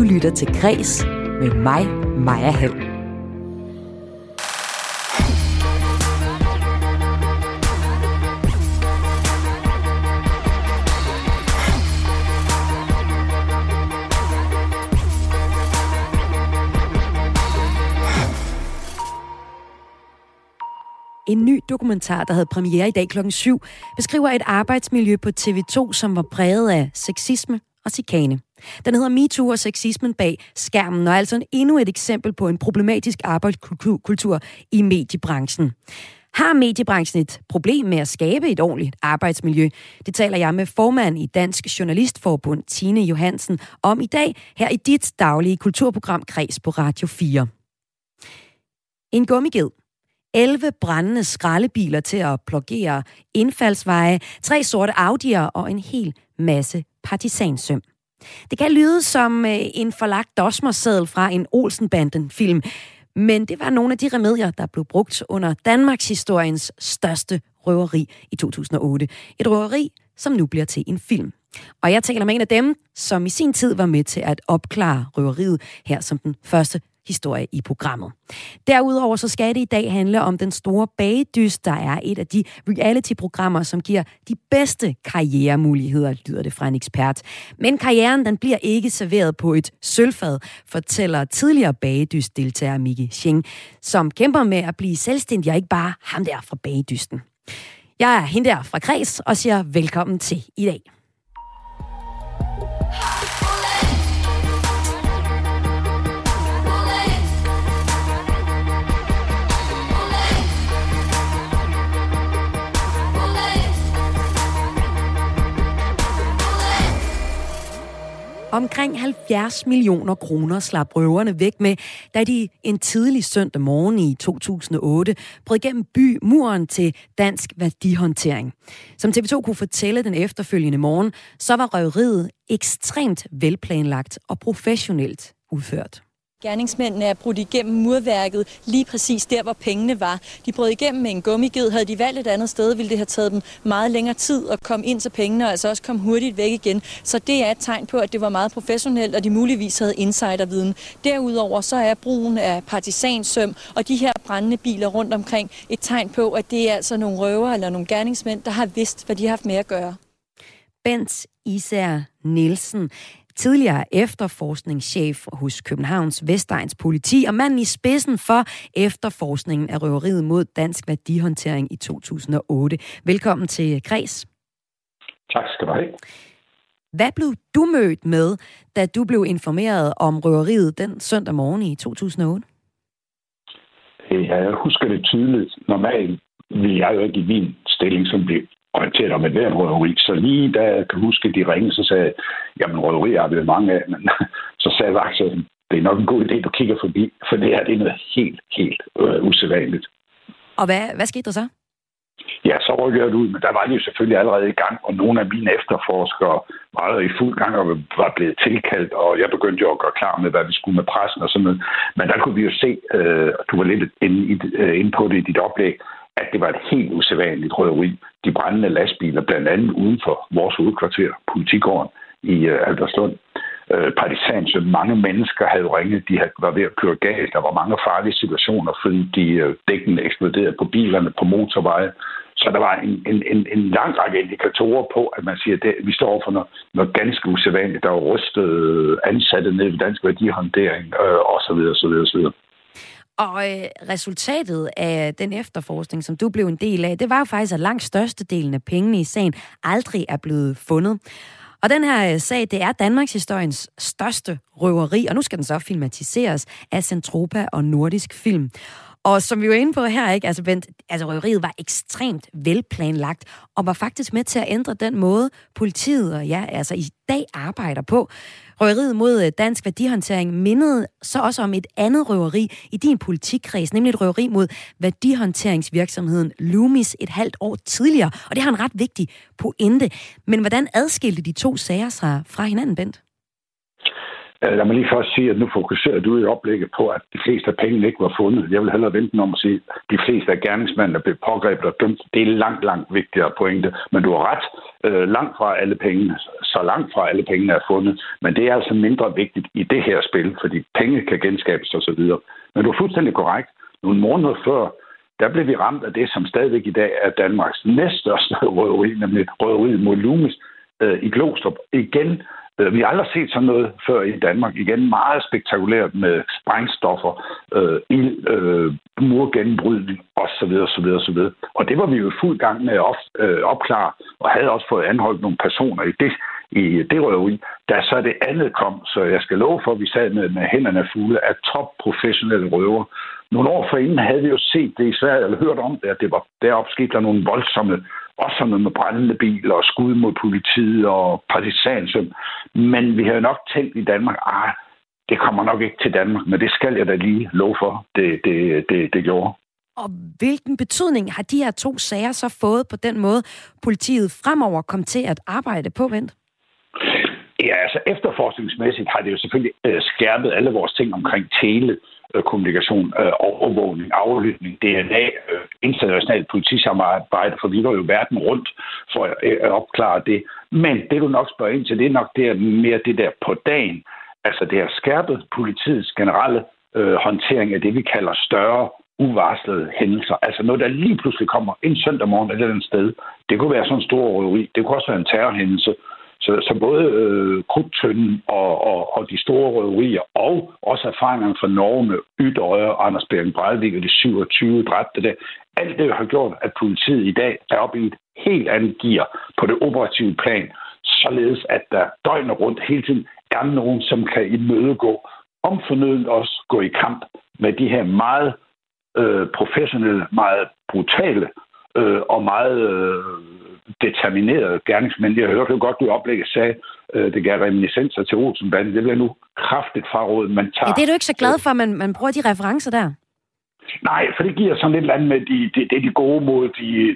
lytter til Kres med mig, Maja Hall. En ny dokumentar, der havde premiere i dag klokken 7, beskriver et arbejdsmiljø på TV2, som var præget af sexisme og chikane. Den hedder MeToo og sexismen bag skærmen, og er altså endnu et eksempel på en problematisk arbejdskultur i mediebranchen. Har mediebranchen et problem med at skabe et ordentligt arbejdsmiljø? Det taler jeg med formand i Dansk Journalistforbund, Tine Johansen, om i dag her i dit daglige kulturprogram Kres på Radio 4. En gummiged. 11 brændende skraldebiler til at blokere indfaldsveje, 3 sorte Audi'er og en hel masse partisansøm. Det kan lyde som en forlagt dosmerseddel fra en Olsen-banden-film, men det var nogle af de remedier, der blev brugt under Danmarks historiens største røveri i 2008. Et røveri, som nu bliver til en film. Og jeg taler med en af dem, som i sin tid var med til at opklare røveriet her som den første historie i programmet. Derudover så skal det i dag handle om Den Store Bagedyst, der er et af de reality-programmer, som giver de bedste karrieremuligheder, lyder det fra en ekspert. Men karrieren, den bliver ikke serveret på et sølvfad, fortæller tidligere bagedyst-deltager Miki Ching, som kæmper med at blive selvstændig, og ikke bare ham der fra bagedysten. Jeg er hende der fra Kres og siger velkommen til i dag. Omkring 70 millioner kroner slap røverne væk med, da de en tidlig søndag morgen i 2008 brød gennem muren til Dansk Værdihåndtering. Som TV2 kunne fortælle den efterfølgende morgen, så var røveriet ekstremt velplanlagt og professionelt udført. Gerningsmændene er brudt igennem murværket lige præcis der, hvor pengene var. De brød igennem med en gummiged. Havde de valgt et andet sted, ville det have taget dem meget længere tid at komme ind til pengene, og altså også komme hurtigt væk igen. Så det er et tegn på, at det var meget professionelt, og de muligvis havde insiderviden. Derudover så er brugen af partisansøm og de her brændende biler rundt omkring et tegn på, at det er altså nogle røver eller nogle gerningsmænd, der har vidst, hvad de har haft med at gøre. Bent Især Nielsen, tidligere efterforskningschef hos Københavns Vestegns politi og manden i spidsen for efterforskningen af røveriet mod Dansk Værdihåndtering i 2008. Velkommen til Kres. Tak skal du have. Hvad blev du mødt med, da du blev informeret om røveriet den søndag morgen i 2008? Jeg husker det tydeligt. Normalt ville jeg jo ikke i min stilling, som blev orienteret om et hvert røveri. Så lige da jeg kan huske, de ringede, så sagde jeg, jamen røveri har vi mange af, men så sagde vagtchefen, det er nok en god idé, du kigger forbi, for det her det er noget helt usædvanligt. Og hvad skete der så? Ja, så rykkede jeg ud, men der var de jo selvfølgelig allerede i gang, og nogle af mine efterforskere var i fuld gang og var blevet tilkaldt, og jeg begyndte jo at gøre klar med, hvad vi skulle med pressen og sådan noget. Men der kunne vi jo se, du var lidt inde på det i dit oplæg, at det var et helt usædvanligt røveri. De brændende lastbiler, blandt andet uden for vores hovedkvarter, Politigården i Albertslund. Partisansøm, mange mennesker havde ringet, de var ved at køre galt. Der var mange farlige situationer, fordi dækkene eksploderede på bilerne på motorveje. Så der var en lang række indikatorer på, at man siger, at vi står over for noget ganske usædvanligt. Der var rystet ansatte ned ved Dansk Værdihåndtering osv. Og resultatet af den efterforskning, som du blev en del af, det var jo faktisk, at langt størstedelen af pengene i sagen aldrig er blevet fundet. Og den her sag, det er Danmarks historiens største røveri, og nu skal den så filmatiseres af Zentropa og Nordisk Film. Og som vi var inde på her, ikke? Altså røveriet var ekstremt velplanlagt, og var faktisk med til at ændre den måde, politiet og i dag arbejder på. Røveriet mod Dansk Værdihåndtering mindede så også om et andet røveri i din politikreds, nemlig et røveri mod værdihåndteringsvirksomheden Loomis et halvt år tidligere. Og det har en ret vigtig pointe. Men hvordan adskilte de to sager sig fra hinanden, Bent? Lad mig lige først sige, at nu fokuserer du i oplægget på, at de fleste af pengene ikke var fundet. Jeg vil hellere vente om at sige, at de fleste af gerningsmændene blev pågrebet og dømt. Det er langt vigtigere pointe. Men du har ret. Langt fra alle pengene, så langt fra alle pengene er fundet. Men det er altså mindre vigtigt i det her spil, fordi penge kan genskabes osv. Men du er fuldstændig korrekt. Nogle måneder før, der blev vi ramt af det, som stadigvæk i dag er Danmarks næststørste røveri, nemlig røveriet mod Loomis i Glostrup. Igen, vi har aldrig set sådan noget før i Danmark. Igen meget spektakulært med sprængstoffer, ild, murgennembrydning osv. osv. Og det var vi jo i fuld gang med at opklare, og havde også fået anholdt nogle personer i det røveri. Da så det andet kom, så jeg skal love for, at vi sad med hænderne fulde af topprofessionelle røver. Nogle år forinden havde vi jo set det i Sverige, eller hørt om det, at det var deroppe skete der nogle voldsomme, også sådan noget med brændende biler og skud mod politiet og partisansøm. Men vi havde nok tænkt i Danmark, det kommer nok ikke til Danmark, men det skal jeg da lige love for, det gjorde. Og hvilken betydning har de her 2 sager så fået på den måde, politiet fremover kom til at arbejde på, Bent? Ja, altså efterforskningsmæssigt har det jo selvfølgelig skærpet alle vores ting omkring telekommunikation, overvågning, aflytning, DNA, internationalt politisamarbejde, for vi går jo verden rundt for at opklare det. Men det du nok spørger ind til, det er nok mere det der på dagen. Altså det har skærpet politiets generelle håndtering af det, vi kalder større uvarslede hændelser. Altså noget, der lige pludselig kommer en søndag morgen et eller andet sted. Det kunne være sådan en stor røveri. Det kunne også være en terrorhændelse. Så både Krudttønden og de store røverier, og også erfaringerne fra Norge med Ytøje og Anders Behring Breivik og de 27 dræbte der. Alt det har gjort, at politiet i dag er oppe i et helt andet gear på det operative plan, således at der døgnet rundt hele tiden er nogen, som kan imødegå omfornødent også gå i kamp med de her meget professionelle, meget brutale og meget determinerede gerningsmænd. Jeg hørte jo godt, du oplægget sagde, det gav reminiscenser til Olsenbanden. Det bliver nu kraftigt frarådet, man tager. Ja, det er du ikke så glad for, at man bruger de referencer der? Nej, for det giver sådan lidt land med de gode mod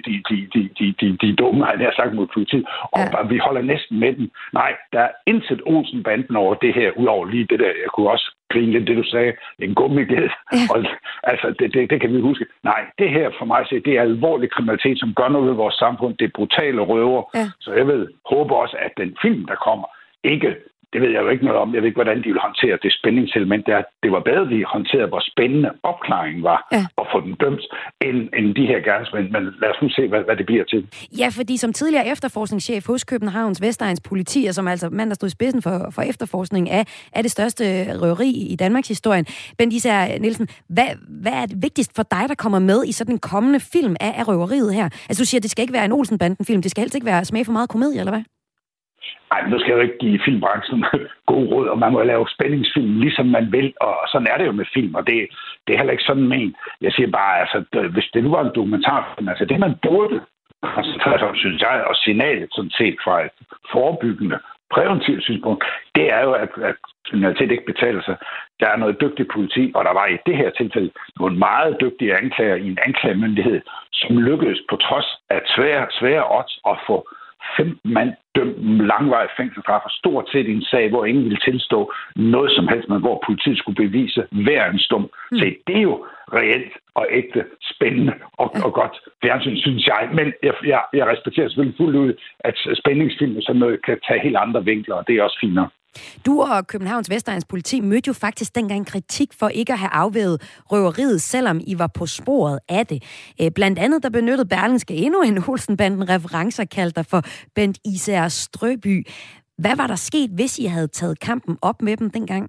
de dumme, har jeg sagt, mod politiet. Og vi holder næsten med den. Nej, der er intet Olsenbanden over det her, udover lige det der, jeg kunne også grine lidt det, du sagde, en gummiged. Altså, det kan vi huske. Nej, det her for mig, det er alvorlig kriminalitet, som gør noget ved vores samfund. Det er brutale røver. Ja. Så jeg håber også, at den film, der kommer, ikke... Det ved jeg jo ikke noget om. Jeg ved ikke, hvordan de vil håndtere det spændingselement der. Det var bedre, de håndterede, hvor spændende opklaringen var, at få den dømt, end de her gerningsmænd. Men lad os nu se, hvad det bliver til. Ja, fordi som tidligere efterforskningschef hos Københavns Vestegns Politi, og som altså mand, der stod i spidsen for efterforskning af det største røveri i Danmarks historien. Bent Isager Nielsen, hvad er det vigtigst for dig, der kommer med i sådan en kommende film af røveriet her? Altså du siger, at det skal ikke være en Olsenbanden-film. Det skal helst ikke være smag for meget komedie, eller hvad? Nej, nu skal jeg jo ikke give filmbranchen gode råd, og man må lave spændingsfilm, ligesom man vil, og sådan er det jo med film, og det er heller ikke sådan men. Jeg siger bare, altså, hvis det nu var en dokumentarfilm, altså det man burde koncentrere sig om, synes jeg, og signalet sådan set fra et forebyggende, præventivt synspunkt, det er jo, at kriminalitet ikke betaler sig. Der er noget dygtigt politi, og der var i det her tilfælde nogle meget dygtige anklager i en anklagemyndighed, som lykkedes på trods af svære odds at få 15 mand dømt langvarig fængselsstraf, stort set i en sag, hvor ingen ville tilstå noget som helst, men hvor politiet skulle bevise hver en stum. Så det er jo reelt og ægte spændende og godt fjernsyn, synes jeg. Men jeg respekterer selvfølgelig fuldt ud, at spændingsfilm og sådan noget kan tage helt andre vinkler, og det er også finere. Du og Københavns Vestegns Politi mødte jo faktisk dengang kritik for ikke at have afvævet røveriet, selvom I var på sporet af det. Blandt andet der benyttede Berlingske endnu en Olsenbanden-referencer, kaldt dig for Bent Isager Strøby. Hvad var der sket, hvis I havde taget kampen op med dem dengang?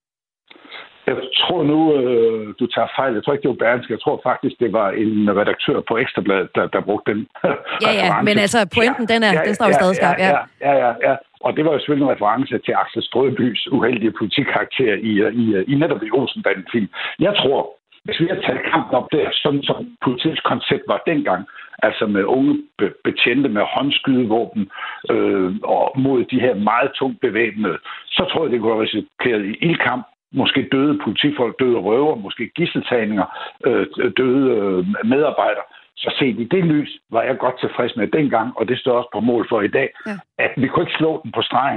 Jeg tror nu, du tager fejl. Jeg tror ikke, det var Berlingske. Jeg tror faktisk, det var en redaktør på Ekstrabladet, der brugte den. Ja, men altså pointen, den står jo stadig skarp. Ja. Og det var jo selvfølgelig en reference til Axel Strøbys uheldige politikkarakter i netop i Olsenbanden-film. Jeg tror, hvis vi har taget kampen op der, sådan som politiets koncept var dengang, altså med unge betjente med håndskydevåben og mod de her meget tungt bevæbnede, så tror jeg, det kunne have risikeret i ildkamp. Måske døde politifolk, døde røver, måske gidseltagninger, døde medarbejdere. Så set i det lys var jeg godt tilfreds med dengang, og det står også på mål for i dag, at vi kunne ikke slå den på stregen.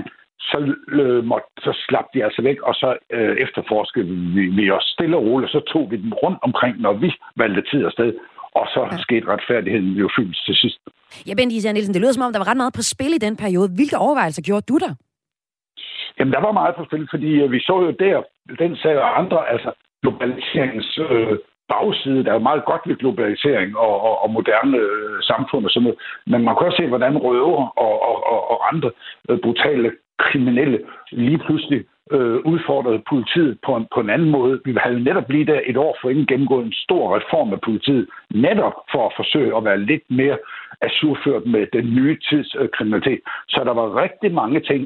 Så slap de altså væk, og så efterforskede vi os stille og roligt, og så tog vi dem rundt omkring, når vi valgte tid og sted. og så skete retfærdigheden jo fyldt til sidst. Ja, Bent Især Nielsen, det lyder som om, der var ret meget på spil i den periode. Hvilke overvejelser gjorde du der? Jamen, der var meget på spil, fordi vi så jo der, den sag og andre, altså globaliseringens bagside, der er jo meget godt ved globalisering og moderne samfund og sådan noget. Men man kan også se, hvordan røver og andre brutale kriminelle lige pludselig udfordrede politiet på en anden måde. Vi havde netop lige der et år for inden gennemgået en stor reform af politiet, netop for at forsøge at være lidt mere ajourført med den nye tids kriminalitet. Så der var rigtig mange ting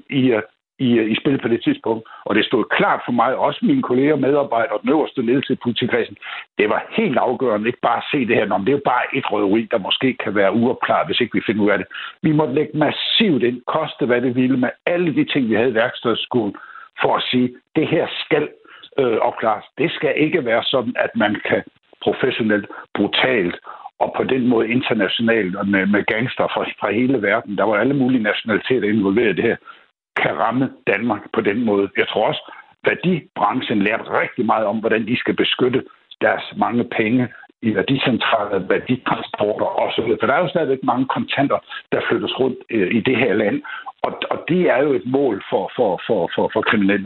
i spil på det tidspunkt, og det stod klart for mig, også mine kolleger, medarbejdere og den øverste ledelse i politikredsen, det var helt afgørende ikke bare at se det her, men det er jo bare et røveri, der måske kan være uopklaret, hvis ikke vi finder ud af det. Vi måtte lægge massivt ind, koste hvad det ville, med alle de ting, vi havde i værkstedsskolen, for at sige, det her skal opklares. Det skal ikke være sådan, at man kan professionelt, brutalt og på den måde internationalt og med gangster fra hele verden, der var alle mulige nationaliteter involveret i det her, kan ramme Danmark på den måde. Jeg tror også, værdibranchen lærte rigtig meget om, hvordan de skal beskytte deres mange penge i værdicentrale, værditransporter osv. For der er jo stadigvæk mange kontanter, der flyttes rundt i det her land, og det er jo et mål for kriminelle.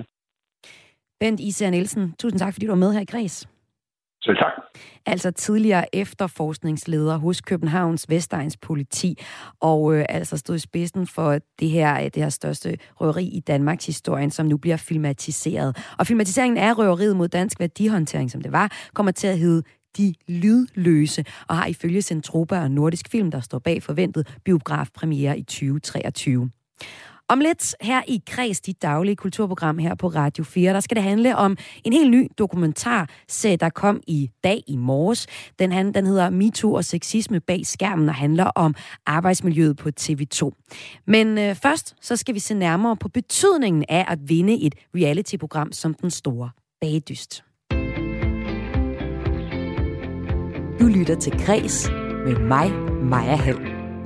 Bent Især Nielsen, tusind tak, fordi du var med her i Græs. Selv tak. Altså tidligere efterforskningsleder hos Københavns Vestegns politi, og altså stod i spidsen for det her største røveri i Danmarks historien, som nu bliver filmatiseret. Og filmatiseringen af røveriet mod dansk værdihåndtering, som det var, kommer til at hedde De Lydløse, og har ifølge Zentropa og Nordisk Film, der står bag forventet biografpremiere i 2023. Om lidt her i Kreds, dit daglige kulturprogram her på Radio 4, der skal det handle om en helt ny dokumentarserie, der kom i dag i morges. Den hedder MeToo og sexisme bag skærmen og handler om arbejdsmiljøet på TV2. Men først så skal vi se nærmere på betydningen af at vinde et reality-program som Den Store Bagedyst. Du lytter til Kreds med mig, Maja Hall.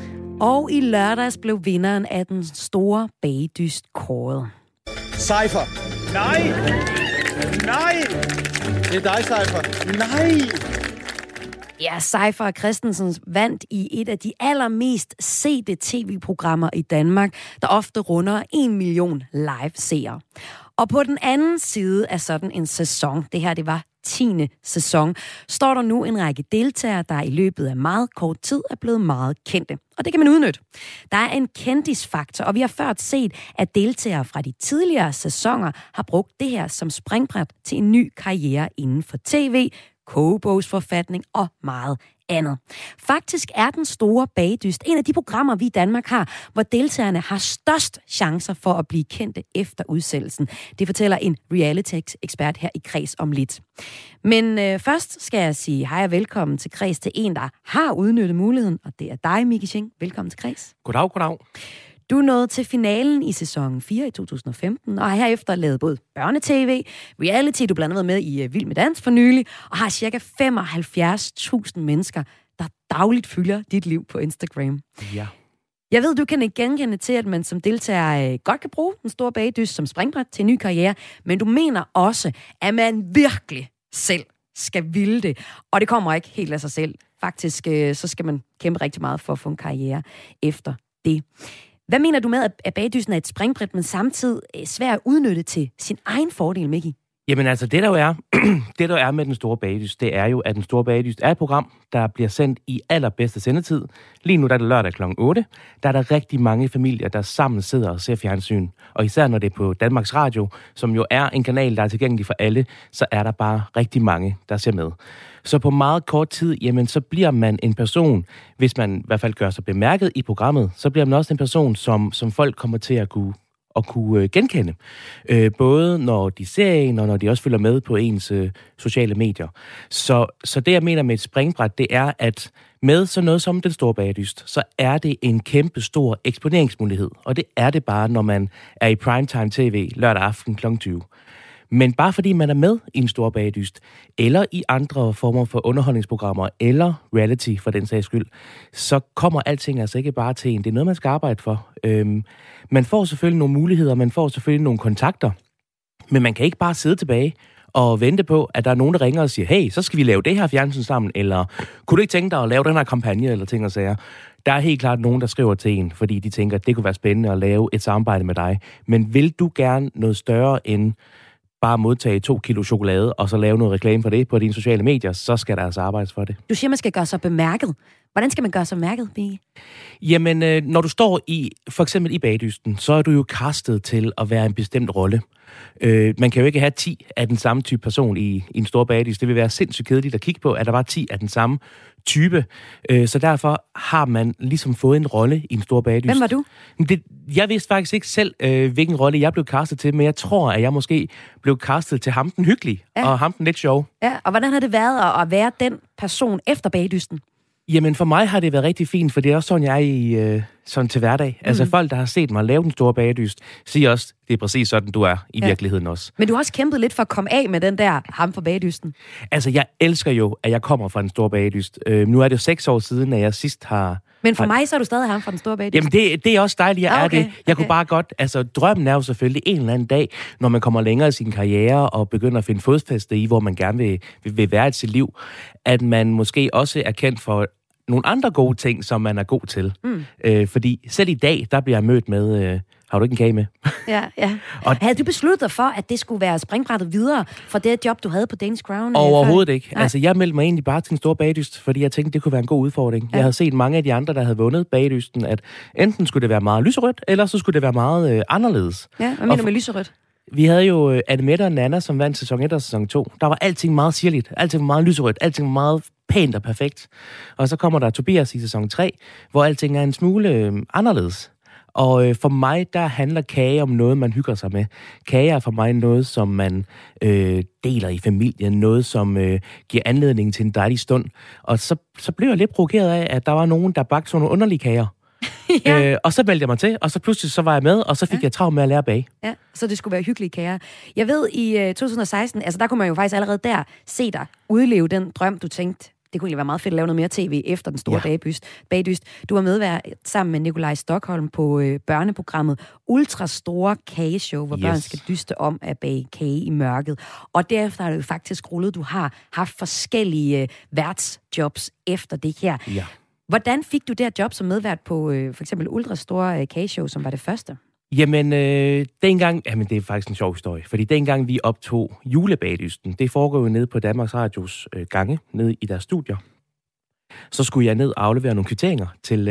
Og i lørdags blev vinderen af Den Store Bagedyst kåret. Cypher. Nej! Nej! Det er dig, Cypher. Nej! Ja, Cypher Christensen vandt i et af de allermest sete tv-programmer i Danmark, der ofte runder 1 million live-seere. Og på den anden side af sådan en sæson, det her det var 10. sæson, står der nu en række deltagere, der i løbet af meget kort tid er blevet meget kendte. Og det kan man udnytte. Der er en kendisfaktor, og vi har før set, at deltagere fra de tidligere sæsoner har brugt det her som springbræt til en ny karriere inden for tv, kogebogsforfatning og meget andet. Faktisk er Den Store Bagedyst en af de programmer, vi i Danmark har, hvor deltagerne har størst chancer for at blive kendte efter udsendelsen. Det fortæller en reality-ekspert her i Kreds om lidt. Men først skal jeg sige hej og velkommen til Kreds til en, der har udnyttet muligheden, og det er dig, Miki Sching. Velkommen til Kreds. Goddag, goddag. Du nåede til finalen i sæson 4 i 2015, og har herefter lavet både børnetv, reality, du blandt andet med i Vild med Dans for nylig, og har ca. 75.000 mennesker, der dagligt følger dit liv på Instagram. Ja. Jeg ved, du kan ikke genkende til, at man som deltager godt kan bruge Den Store Bagedyst som springbræt til en ny karriere, men du mener også, at man virkelig selv skal ville det, og det kommer ikke helt af sig selv. Faktisk så skal man kæmpe rigtig meget for at få en karriere efter det. Hvad mener du med, at bagedysten er et springbræt, men samtidig svært at udnytte til sin egen fordel, Miki? Jamen altså, det der er med Den Store Bagedyst, det er jo, at Den Store Bagedyst er et program, der bliver sendt i allerbedste sendetid. Lige nu der er det lørdag kl. 8. Der er der rigtig mange familier, der sammen sidder og ser fjernsyn. Og især når det er på Danmarks Radio, som jo er en kanal, der er tilgængelig for alle, så er der bare rigtig mange, der ser med. Så på meget kort tid, jamen så bliver man en person, hvis man i hvert fald gør sig bemærket i programmet, så bliver man også en person, som folk kommer til at kunne genkende. Både når de ser en, og når de også følger med på ens sociale medier. Så det, jeg mener med et springbræt, det er, at med sådan noget som Den Store Bagedyst, så er det en kæmpe stor eksponeringsmulighed. Og det er det bare, når man er i primetime tv lørdag aften kl. 20. Men bare fordi man er med i En Stor Bagedyst, eller i andre former for underholdningsprogrammer, eller reality for den sags skyld, så kommer alting altså ikke bare til en. Det er noget, man skal arbejde for. Man får selvfølgelig nogle muligheder, man får selvfølgelig nogle kontakter, men man kan ikke bare sidde tilbage og vente på, at der er nogen, der ringer og siger, hey, så skal vi lave det her fjernsyn sammen, eller kunne du ikke tænke dig at lave den her kampagne, eller ting og sager. Der er helt klart nogen, der skriver til en, fordi de tænker, at det kunne være spændende at lave et samarbejde med dig. Men vil du gerne noget større end bare modtage 2 kilo chokolade, og så lave noget reklame for det på dine sociale medier, så skal der altså arbejdes for det. Du siger, man skal gøre sig bemærket. Hvordan skal man gøre sig bemærket, Mikke? Jamen, når du står for eksempel i bagdysten, så er du jo castet til at være en bestemt rolle. Man kan jo ikke have 10 af den samme type person i en stor bagdyst. Det vil være sindssygt kedeligt at kigge på, at der var 10 af den samme type. Så derfor har man ligesom fået en rolle i en stor bagdyst. Hvem var du? Jeg vidste faktisk ikke selv, hvilken rolle jeg blev castet til, men jeg tror, at jeg måske blev castet til ham den hyggelige, og ham den lidt sjov. Ja, og hvordan har det været at være den person efter bagdysten? Jamen, for mig har det været rigtig fint, for det er også sådan, jeg er i sådan til hverdag. Altså, folk, der har set mig lave den store bagedyst, siger også, det er præcis sådan, du er i virkeligheden også. Men du har også kæmpet lidt for at komme af med den der ham for bagedysten. Altså, jeg elsker jo, at jeg kommer fra den store bagedyst. Nu er det jo 6 år siden, at jeg sidst har... Men for mig, så er du stadig ham fra den store bagedyst. Jamen, det er også dejligt, jeg er det. Jeg kunne bare godt... Altså, drømmen er jo selvfølgelig en eller anden dag, når man kommer længere i sin karriere og begynder at finde fodfæste i, hvor man gerne vil være i sit liv, at man måske også er kendt for nogle andre gode ting, som man er god til. Fordi selv i dag, der bliver jeg mødt med... har du ikke en kage med? Ja. Og havde du besluttet dig for, at det skulle være springbrættet videre for det job, du havde på Danish Crown? Overhovedet ikke. Nej. Altså, jeg meldte mig egentlig bare til en stor bagdyst, fordi jeg tænkte, det kunne være en god udfordring. Ja. Jeg havde set mange af de andre, der havde vundet bagdysten, at enten skulle det være meget lyserødt, eller så skulle det være meget anderledes. Ja, hvad mener du med lyserødt? Vi havde jo Annemette og Nana, som vandt sæson 1 og sæson 2. Der var alting meget sirligt, alting meget lyserødt, alting meget pænt og perfekt. Og så kommer der Tobias i sæson 3, hvor alting er en smule anderledes. Og for mig, der handler kage om noget, man hygger sig med. Kage er for mig noget, som man deler i familien. Noget, som giver anledning til en dejlig stund. Og så blev jeg lidt provokeret af, at der var nogen, der bagte sådan nogle underlige kager. Ja. Og så meldte jeg mig til, og så pludselig så var jeg med, og så fik jeg travlt med at lære at bage. Ja, så det skulle være hyggelige kager. Jeg ved, i 2016, altså der kunne man jo faktisk allerede der se dig udleve den drøm, du tænkte, det kunne egentlig være meget fedt at lave noget mere tv efter den store bagdyst. Du var med sammen med Nikolaj Stockholm på børneprogrammet Ultra Store Kageshow, hvor børn skal dyste om at bage kage i mørket. Og derefter har det jo faktisk rullet. Du har haft forskellige værtsjobs efter det her. Ja. Hvordan fik du det her job som medvært på for eksempel Ultra Store Kageshow, som var det første? Jamen, dengang... Jamen, det er faktisk en sjov historie. Fordi dengang vi optog julebagdysten, det foregår jo nede på Danmarks Radios gange, nede i deres studier. Så skulle jeg ned og aflevere nogle kvitteringer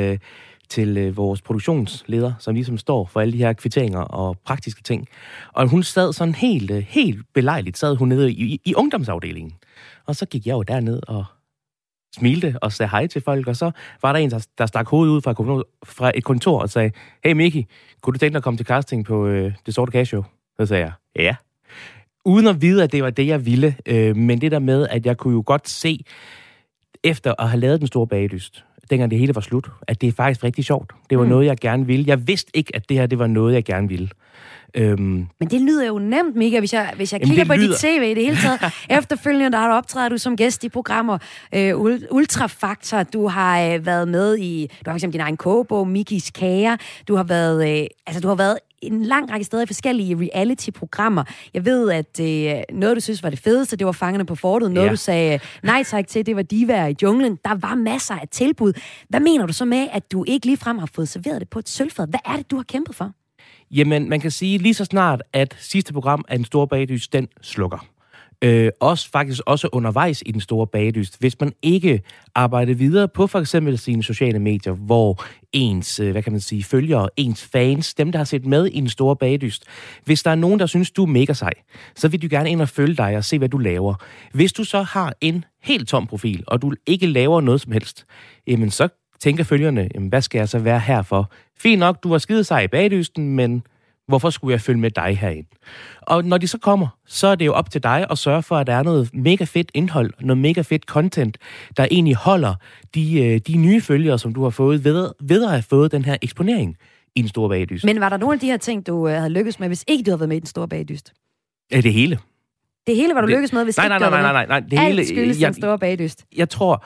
til vores produktionsleder, som ligesom står for alle de her kvitteringer og praktiske ting. Og hun sad sådan helt belejligt, sad hun nede i ungdomsafdelingen. Og så gik jeg jo derned og smilte og sagde hej til folk, og så var der en, der stak hovedet ud fra et kontor og sagde, hey Mickey, kunne du tænke dig at komme til casting på Det Sorte Kageshow? Så sagde jeg, ja. Uden at vide, at det var det, jeg ville, men det der med, at jeg kunne jo godt se, efter at have lavet den store bagdyst, dengang det hele var slut, at det er faktisk rigtig sjovt. Det var noget, jeg gerne ville. Jeg vidste ikke, at det her, det var noget, jeg gerne ville. Men det lyder jo nemt, Mika, hvis jeg kigger på dit tv i det hele taget. Efterfølgende, der har du optrædet du som gæst i programmer Ultrafaktor. Du har været med i, du har eksempel din egen kogebog, Mikkis Kager. Du har været en lang række steder i forskellige reality-programmer. Jeg ved, at noget, du synes var det fedeste, det var Fangerne på Fortet. Noget, du sagde nej tak til, det var Divaer i junglen. Der var masser af tilbud. Hvad mener du så med, at du ikke ligefrem har fået serveret det på et sølvfad? Hvad er det, du har kæmpet for? Jamen, man kan sige lige så snart, at sidste program af Den Store Bagdyst, den slukker. Faktisk også undervejs i Den Store Bagdyst. Hvis man ikke arbejder videre på for eksempel sine sociale medier, hvor ens, følgere, ens fans, dem der har set med i Den Store Bagdyst, hvis der er nogen, der synes, du er mega sej, så vil de gerne ind og følge dig og se, hvad du laver. Hvis du så har en helt tom profil, og du ikke laver noget som helst, jamen så tænker følgerne, jamen, hvad skal jeg så være her for? Fint nok, du var skide sej i bagdysten, men hvorfor skulle jeg følge med dig herind? Og når de så kommer, så er det jo op til dig at sørge for, at der er noget mega fedt indhold, noget mega fedt content, der egentlig holder de nye følgere, som du har fået ved at have fået den her eksponering i Den Store Bagdyst. Men var der nogle af de her ting, du havde lykkes med, hvis ikke du havde været med i Den Store Bagdyst? Ja, det hele. Det hele var du lykkes med, hvis ikke du havde været med? Nej. Det hele, alt skyldes Den Store Bagdyst. Jeg tror,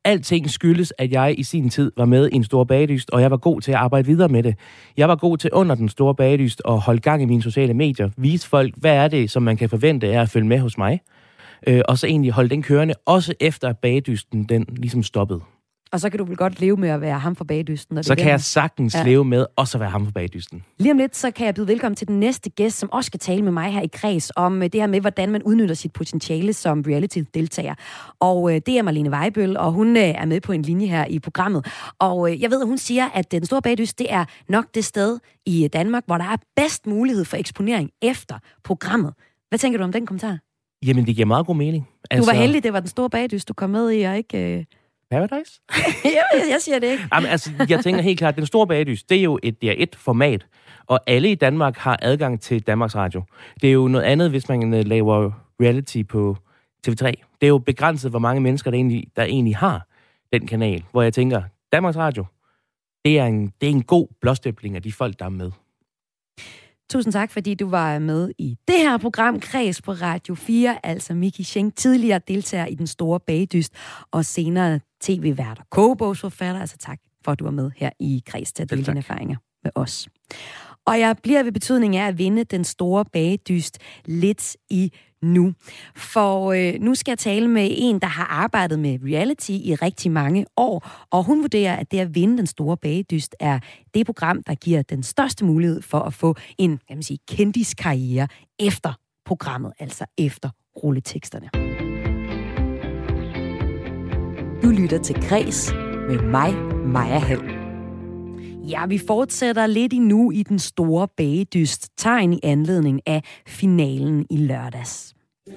Alting skyldes, at jeg i sin tid var med i en stor bagedyst, og jeg var god til at arbejde videre med det. Jeg var god til under den store bagedyst at holde gang i mine sociale medier, vise folk, hvad er det, som man kan forvente af at følge med hos mig, og så egentlig holde den kørende, også efter at bagedysten den ligesom stoppede. Og så kan du vel godt leve med at være ham for bagdysten. Så kan jeg sagtens leve med også at være ham for bagdysten. Lige om lidt, så kan jeg byde velkommen til den næste gæst, som også skal tale med mig her i Kreds om det her med, hvordan man udnytter sit potentiale som reality-deltager. Og det er Marlene Weibøll, og hun er med på en linje her i programmet. Og jeg ved, at hun siger, at den store bagdyst, det er nok det sted i Danmark, hvor der er bedst mulighed for eksponering efter programmet. Hvad tænker du om den kommentar? Jamen, det giver meget god mening. Du var heldig, det var den store bagdyst, du kom med i, og ikke... Paradise? jeg siger det ikke. Jamen, altså, jeg tænker helt klart, at den store bagdyst, det er jo et DR1-format, og alle i Danmark har adgang til Danmarks Radio. Det er jo noget andet, hvis man laver reality på TV3. Det er jo begrænset, hvor mange mennesker, der egentlig har den kanal, hvor jeg tænker, Danmarks Radio, det er en god blåstempling af de folk, der er med. Tusind tak, fordi du var med i det her program, Kreds på Radio 4, altså Miki Schenk, tidligere deltager i den store bagdyst, og senere tv-vært og kogebogsforfatter. Altså tak for, at du var med her i Kreds til at dele dine erfaringer med os. Og jeg bliver ved betydningen af at vinde den store bagdyst lidt i nu. For nu skal jeg tale med en, der har arbejdet med reality i rigtig mange år, og hun vurderer, at det at vinde den store bagdyst er det program, der giver den største mulighed for at få en, kan man sige, kendiskarriere efter programmet, altså efter rulleteksterne. Du lytter til Kreds med mig, Maja Hall. Ja, vi fortsætter lidt endnu i den store bagedyst, tegn i anledning af finalen i lørdags.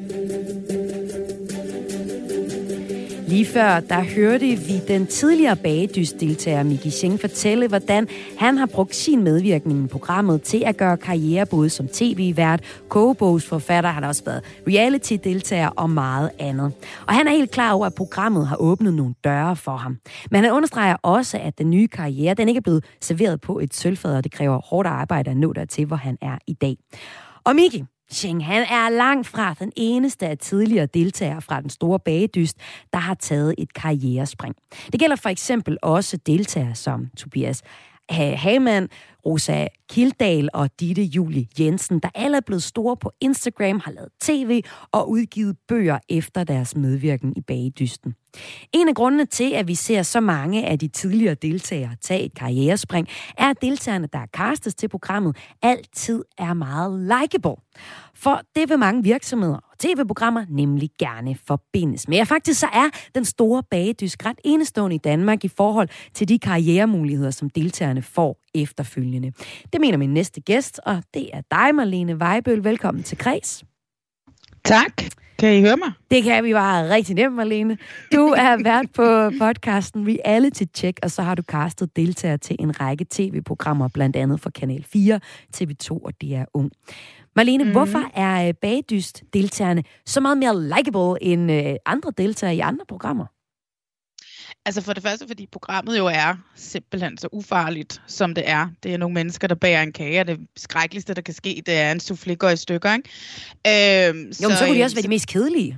Lige før, der hørte vi den tidligere bagedystdeltager Miki Schenk fortælle, hvordan han har brugt sin medvirkning i programmet til at gøre karriere både som tv-vært, kogebogsforfatter, han har også været reality-deltager og meget andet. Og han er helt klar over, at programmet har åbnet nogle døre for ham. Men han understreger også, at den nye karriere, den ikke er blevet serveret på et sølvfad, og det kræver hårdt arbejde at nå dertil, hvor han er i dag. Og Miki Schenk, han er langt fra den eneste af tidligere deltagere fra den store bagedyst, der har taget et karrierespring. Det gælder for eksempel også deltagere som Tobias Hamann, Rosa Kildahl og Ditte Julie Jensen, der alle er blevet store på Instagram, har lavet tv og udgivet bøger efter deres medvirken i bagedysten. En af grundene til, at vi ser så mange af de tidligere deltagere tage et karrierespring, er, at deltagerne, der er castet til programmet, altid er meget likeable. For det vil mange virksomheder og tv-programmer nemlig gerne forbindes med. Og faktisk så er den store bagedyst ret enestående i Danmark i forhold til de karrieremuligheder, som deltagerne får efterfølgende. Det mener min næste gæst, og det er dig, Marlene Weibøll. Velkommen til Kreds. Tak. Kan I høre mig? Det kan vi bare rigtig nemt, Marlene. Du er vært på podcasten Reality Check, og så har du castet deltagere til en række tv-programmer, blandt andet for Kanal 4, TV2 og DR Ung. Marlene, hvorfor er bagedyst-deltagerne så meget mere likeable end andre deltagere i andre programmer? Altså for det første, fordi programmet jo er simpelthen så ufarligt, som det er. Det er nogle mennesker, der bager en kage, og det skrækkeligste, der kan ske, det er en soufflé går i stykker, ikke? Så kunne de også være de mest kedelige.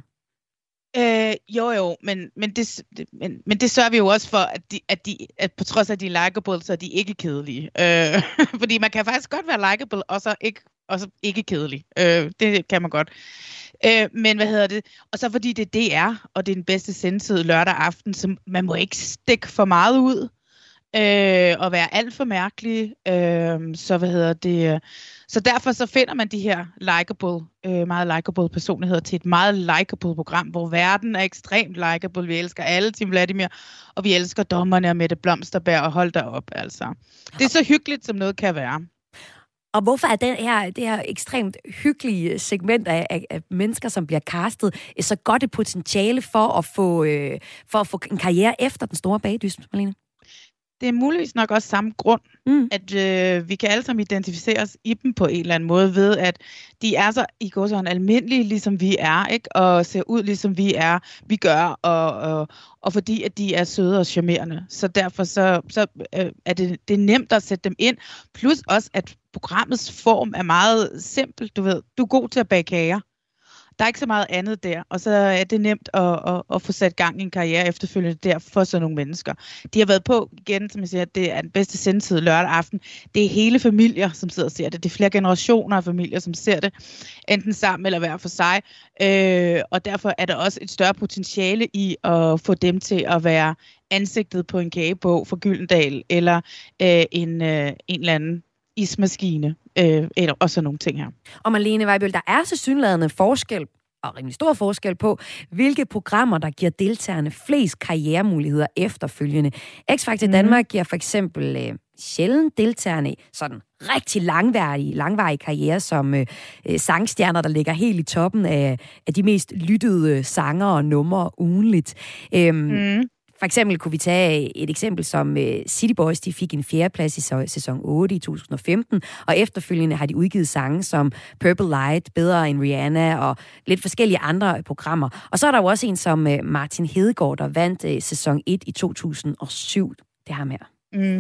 Men det sørger vi jo også for, at på trods af, at de er likeable, så er de ikke kedelige. Fordi man kan faktisk godt være likeable, og så ikke kedelig. Det kan man godt. Men og så fordi det er DR, og det er den bedste sendetid lørdag aften, så man må ikke stikke for meget ud, og være alt for mærkelig. Så derfor så finder man de her meget likeable personligheder til et meget likeable program, hvor verden er ekstremt likeable. Vi elsker alle Team Vladimir, og vi elsker dommerne og Mette Blomsterberg, og hold da op, altså. Det er så hyggeligt, som noget kan være. Og hvorfor er det her ekstremt hyggelige segment af mennesker, som bliver castet, så godt et potentiale for at få en karriere efter den store bagedyst, Marlene? Det er muligvis nok også samme grund, at vi kan alle sammen identificere os i dem på en eller anden måde ved, at de er så i går sådan almindelige, ligesom vi er, ikke? Og ser ud, ligesom vi gør, og fordi at de er søde og charmerende. Så derfor så er det nemt at sætte dem ind. Plus også, at programmets form er meget simpel. Du ved, du er god til at bage kager. Der er ikke så meget andet der, og så er det nemt at få sat gang i en karriere efterfølgende der for sådan nogle mennesker. De har været på igen, som jeg siger, det er den bedste sendetid lørdag aften. Det er hele familier, som sidder og ser det. Det er flere generationer af familier, som ser det, enten sammen eller hver for sig. Og derfor er der også et større potentiale i at få dem til at være ansigtet på en kagebog fra Gyldendal, eller en eller anden ismaskine, eller og sådan nogle ting her. Og Marlene Weibøl, der er tilsyneladende forskel, og rimelig stor forskel på, hvilke programmer, der giver deltagerne flest karrieremuligheder efterfølgende. X-Factor Danmark giver for eksempel sjældent deltagerne sådan rigtig langvarige karriere som sangstjerner, der ligger helt i toppen af de mest lyttede sanger og numre ugenligt. For eksempel kunne vi tage et eksempel som City Boys, de fik en 4. plads i sæson 8 i 2015, og efterfølgende har de udgivet sange som Purple Light, Bedre end Rihanna og lidt forskellige andre programmer. Og så er der jo også en som Martin Hedegaard, der vandt sæson 1 i 2007. Det her med.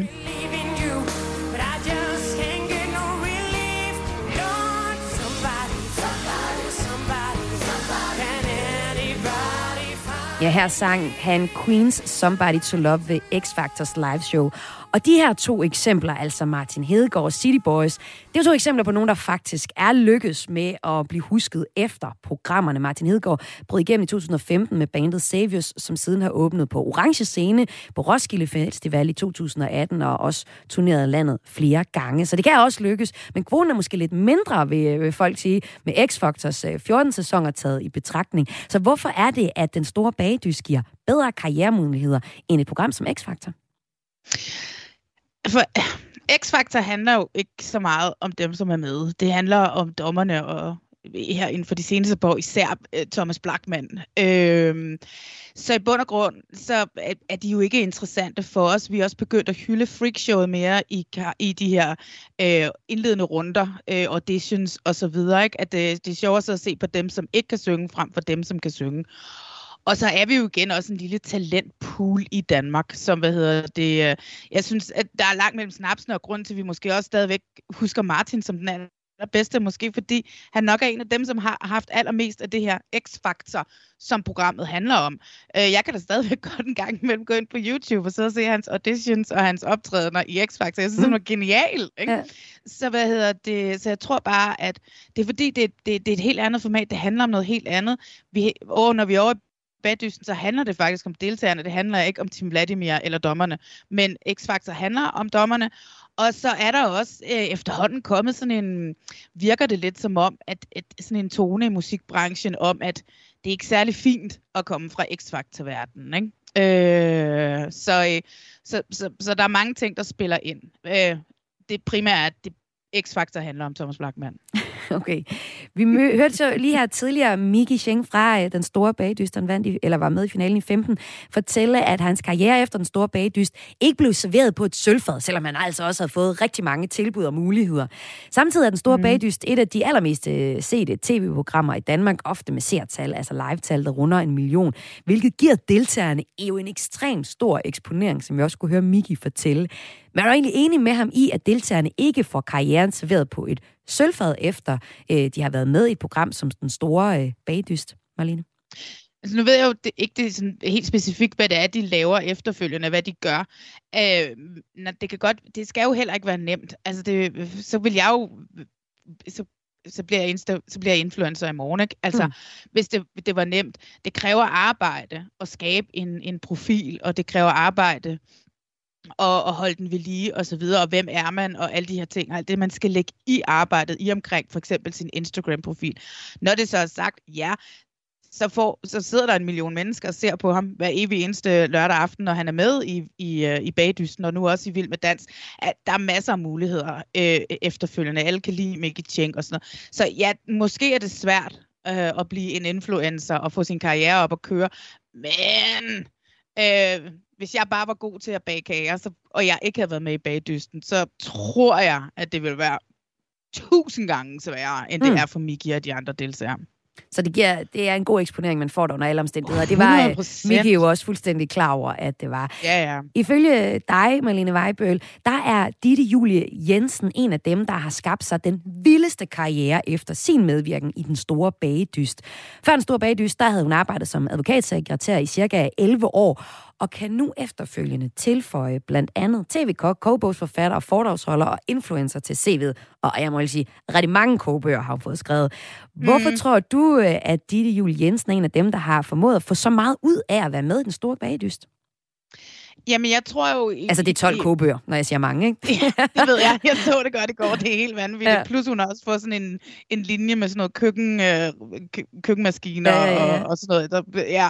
Ja, her sang han Queens Somebody to Love ved X-Factors liveshow. Og de her 2 eksempler, altså Martin Hedegaard og City Boys, det er jo 2 eksempler på nogen, der faktisk er lykkes med at blive husket efter programmerne. Martin Hedegaard brød igennem i 2015 med bandet Saviors, som siden har åbnet på Orange Scene på Roskilde Festival i 2018 og også turneret landet flere gange. Så det kan også lykkes, men kvoten er måske lidt mindre, vil folk sige, med X-Factors 14 sæsoner taget i betragtning. Så hvorfor er det, at Den Store Bagedyst giver bedre karrieremuligheder end et program som X-Factor? For X-Factor handler jo ikke så meget om dem, som er med. Det handler om dommerne, og her inden for de seneste år, især Thomas Blachman. Så i bund og grund, så er de jo ikke interessante for os. Vi er også begyndt at hylde freakshowet mere i de her indledende runder, auditions og så videre. Ikke? At det er sjovere at se på dem, som ikke kan synge, frem for dem, som kan synge. Og så er vi jo igen også en lille talentpool i Danmark, som, jeg synes, at der er langt mellem snapsene, og grund til, at vi måske også stadigvæk husker Martin som den allerbedste, måske fordi han nok er en af dem, som har haft allermest af det her X-Factor, som programmet handler om. Jeg kan da stadigvæk godt en gang imellem gå ind på YouTube og sidde og se hans auditions og hans optrædener i X-Factor. Jeg synes, det var genialt, ikke? Ja. Så jeg tror bare, at det er fordi, det er et helt andet format. Det handler om noget helt andet. Når vi er over Bagdysten, så handler det faktisk om deltagerne. Det handler ikke om Team Vladimir eller dommerne. Men X-Factor handler om dommerne. Og så er der også efterhånden kommet virker det lidt som om, at sådan en tone i musikbranchen om, at det er ikke særlig fint at komme fra X-Factor-verdenen, ikke? Så der er mange ting, der spiller ind. Det primære er, at X-Factor handler om Thomas Blachman. Okay. Vi hørte så lige her tidligere Miki Cheng fra Den Store Bagedyst, han var med i finalen i 15, fortælle, at hans karriere efter Den Store Bagedyst ikke blev serveret på et sølvfad, selvom han altså også havde fået rigtig mange tilbud og muligheder. Samtidig er Den Store Bagedyst et af de allermest sete tv-programmer i Danmark, ofte med seertal, altså live-tal, der runder 1 million, hvilket giver deltagerne jo en ekstremt stor eksponering, som vi også kunne høre Miki fortælle. Men er du egentlig enig med ham i, at deltagerne ikke får karrieren serveret på et sølvfad efter de har været med i et program som Den Store Bagedyst, Marlene? Altså nu ved jeg jo ikke det sådan helt specifikt, hvad det er, de laver efterfølgende, hvad de gør. Det skal jo heller ikke være nemt. Altså så vil jeg jo... Så bliver jeg influencer i morgen, ikke? Altså, hvis det var nemt. Det kræver arbejde at skabe en profil, og det kræver arbejde og holde den ved lige, og så videre, og hvem er man, og alle de her ting, og alt det, man skal lægge i arbejdet, i omkring for eksempel sin Instagram-profil. Når det så er sagt, ja, så sidder der 1 million mennesker og ser på ham hver evig eneste lørdag aften, når han er med i Bagdysten, og nu også i Vild med Dans. At der er masser af muligheder efterfølgende. Alle kan lide Miki Cheng og sådan noget. Så ja, måske er det svært at blive en influencer og få sin karriere op at køre, men... hvis jeg bare var god til at bage kager, og jeg ikke havde været med i Bagdysten, så tror jeg, at det ville være 1000 gange sværere, end det er for Miki og de andre deltagere. Så det er en god eksponering, man får der under alle omstændigheder. Det var Miki jo også fuldstændig klar over, at det var. Ja. Ifølge dig, Malene Weibøl, der er Ditte Julie Jensen en af dem, der har skabt sig den vildeste karriere efter sin medvirken i Den Store Bagedyst. Før Den Store Bagedyst, der havde hun arbejdet som advokatsekretær i cirka 11 år, og kan nu efterfølgende tilføje blandt andet tv-kok, kogebogsforfatter og foredragsholder og influencer til CV'et. Og jeg må lige sige, rigtig mange kogebøger har hun fået skrevet. Hvorfor tror du, at Ditte Julie Jensen er en af dem, der har formået at få så meget ud af at være med i Den Store Bagedyst? Jamen, jeg tror jo... Altså, det er 12 kogebøger, når jeg siger mange, ikke? Ja, det ved jeg. Jeg så det godt i går. Det er helt vanvittigt. Ja. Plus, hun har også fået sådan en linje med sådan noget køkkenmaskiner og sådan noget.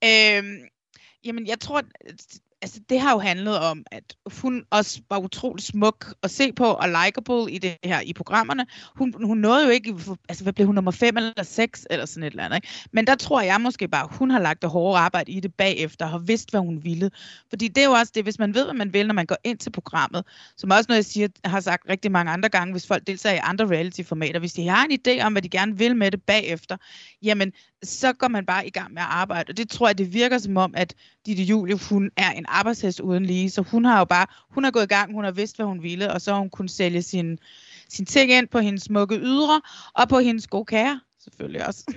Jamen, jeg tror... Altså, det har jo handlet om, at hun også var utrolig smuk at se på og likeable i det her i programmerne. Hun nåede jo ikke, altså hvad blev hun, nummer 5 eller 6 eller sådan et eller andet, ikke? Men der tror jeg måske bare, hun har lagt det hårde arbejde i det bagefter og har vidst, hvad hun ville. Fordi det er jo også det, hvis man ved, hvad man vil, når man går ind til programmet, som også noget, jeg har sagt rigtig mange andre gange, hvis folk deltager i andre reality-formater, hvis de har en idé om, hvad de gerne vil med det bagefter, jamen, så går man bare i gang med at arbejde. Og det tror jeg, det virker som om, at Ditte Julie, hun er en arbejdshest uden lige, så hun har gået i gang, hun har vidst, hvad hun ville, og så har hun kunnet sælge sin ting ind på hendes smukke ydre, og på hendes gode kager, selvfølgelig også.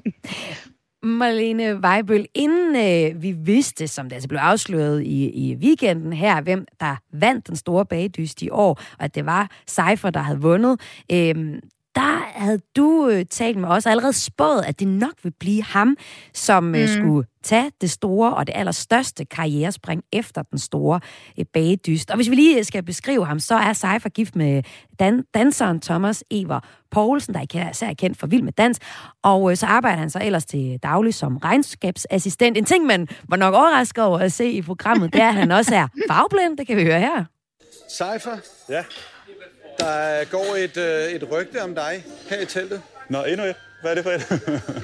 Malene Weibøl, inden vi vidste, som det altså blev afsløret i weekenden her, hvem der vandt Den Store Bagedyst i år, og at det var Cypher, der havde vundet, der havde du talt med os og allerede spået, at det nok vil blive ham, som skulle tage det store og det allerstørste karrierespring efter Den Store Bagedyst. Og hvis vi lige skal beskrive ham, så er Cypher gift med danseren Thomas Ever Poulsen, der især er kendt for Vild med Dans, og så arbejder han så ellers til daglig som regnskabsassistent. En ting, man var nok overrasket over at se i programmet, det er, at han også er farveblind. Det kan vi høre her. Cypher? Ja? Der går et rygte om dig her i teltet. Nå, endnu et. Hvad er det for et?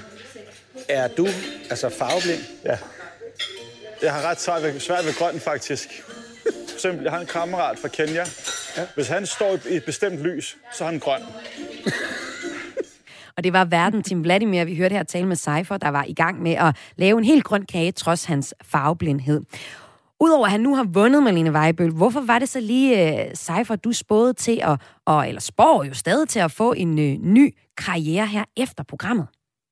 Er du altså farveblind? Ja. Jeg har ret svært ved grøn, faktisk. For eksempel, jeg har en kammerat fra Kenya. Ja. Hvis han står i et bestemt lys, så er han grøn. Og det var verden Tim Vladimir, vi hørte her tale med Cypher, der var i gang med at lave en helt grøn kage, trods hans farveblindhed. Udover at han nu har vundet, Malene Weibøl, hvorfor var det så lige Cypher, du spåede til eller spår jo stadig til at få en ny karriere her efter programmet?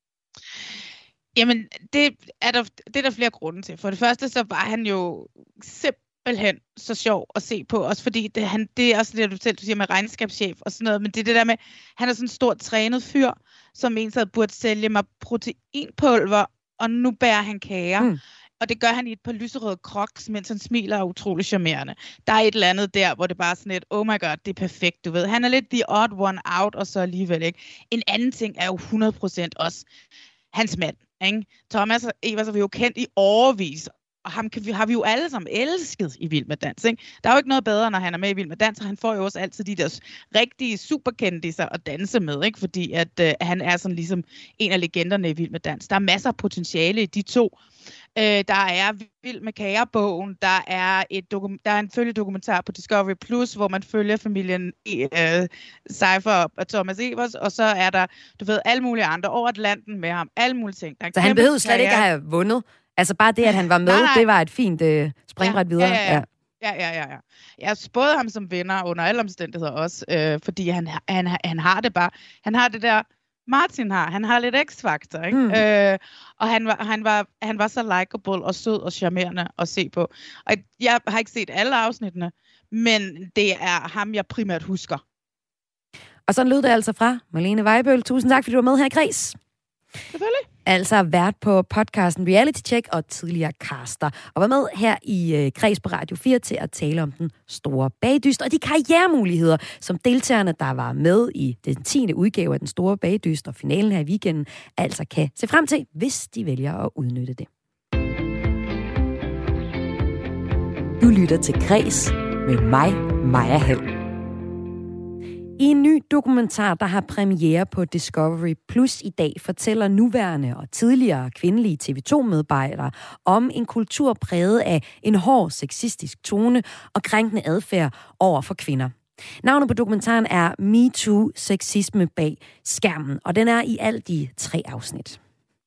Jamen, det er der flere grunde til. For det første, så var han jo simpelthen så sjov at se på, også fordi det er også det, du selv siger med regnskabschef og sådan noget, men det er det der med, han er sådan en stor trænet fyr, som en så burde sælge mig proteinpulver, og nu bærer han kager. Og det gør han i et par lyserøde crocs, mens han smiler og er utrolig charmerende. Der er et eller andet der, hvor det bare er sådan et, oh my god, det er perfekt, du ved. Han er lidt the odd one out, og så alligevel ikke. En anden ting er jo 100% også hans mand, ikke? Thomas Evers har vi jo kendt i årevis, og ham har vi jo alle sammen elsket i Vild med Dans, ikke? Der er jo ikke noget bedre, når han er med i Vild med Dans, og han får jo også altid de der rigtige superkendiser at danse med, ikke? Fordi at han er sådan ligesom en af legenderne i Vild med Dans. Der er masser af potentiale i de to. Der er Vild med Kagerbogen, der er en følgedokumentar på Discovery Plus, hvor man følger familien Cypher og Thomas Evers, og så er der, du ved, alle mulige andre over Atlanten med ham, alle mulige ting. Så han behøvede slet ikke at have vundet? Altså bare det, at han var med, nej. Det var et fint springbræt videre? Ja. Jeg spåede ham som vinder under alle omstændigheder også, fordi han har det bare, han har det der, Martin han har lidt x-faktor, ikke? Og han var så likeable og sød og charmerende at se på. Og jeg har ikke set alle afsnittene, men det er ham, jeg primært husker. Og sådan lød det altså fra Malene Weibøl. Tusind tak, fordi du var med her i Kres. Selvfølgelig. Altså vært på podcasten Reality Check og tidligere caster. Og var med her i Kres på Radio 4 til at tale om Den Store Bagedyst og de karrieremuligheder, som deltagerne, der var med i den 10. udgave af Den Store Bagedyst og finalen her i weekenden, altså kan se frem til, hvis de vælger at udnytte det. Du lytter til Kres med mig, Maja Hall. I en ny dokumentar, der har premiere på Discovery Plus i dag, fortæller nuværende og tidligere kvindelige TV2-medarbejdere om en kultur præget af en hård sexistisk tone og krænkende adfærd over for kvinder. Navnet på dokumentaren er MeToo, sexisme bag skærmen, og den er i alt i 3 afsnit.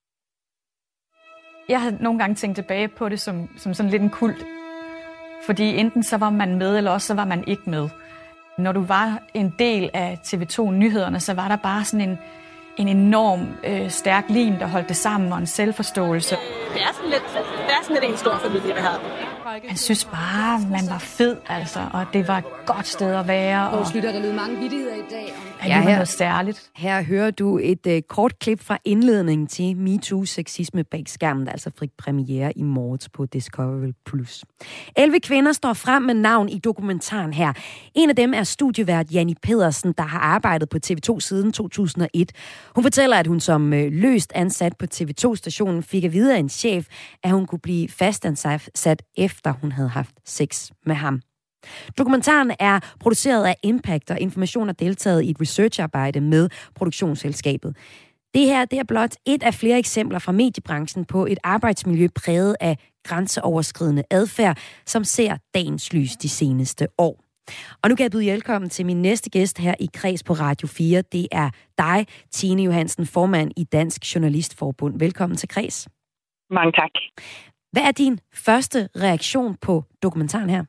Jeg har nogle gange tænkt tilbage på det som sådan lidt en kult. Fordi enten så var man med, eller også så var man ikke med. Når du var en del af TV2-nyhederne, så var der bare sådan en enorm stærk lim, der holdt det sammen, og en selvforståelse. Det er sådan lidt en stor familie, det her. Jeg synes bare, man var fed, altså, og det var et godt sted at være. Og slutter der lyder mange vittigheder i dag. Ja, det var noget særligt. Her hører du et kort klip fra indledningen til MeToo, sexisme bag skærmen, der altså fik premiere i morges på Discovery+. 11 kvinder står frem med navn i dokumentaren her. En af dem er studievært Janni Pedersen, der har arbejdet på TV2 siden 2001. Hun fortæller, at hun som løst ansat på TV2-stationen fik at vide af en chef, at hun kunne blive fastansat efter hun havde haft sex med ham. Dokumentaren er produceret af Impact, og Information har deltaget i et researcharbejde med produktionsselskabet. Det her er blot et af flere eksempler fra mediebranchen på et arbejdsmiljø præget af grænseoverskridende adfærd, som ser dagens lys de seneste år. Og nu kan jeg byde velkommen til min næste gæst her i Kreds på Radio 4. Det er dig, Tine Johansen, formand i Dansk Journalistforbund. Velkommen til Kreds. Mange tak. Hvad er din første reaktion på dokumentaren her?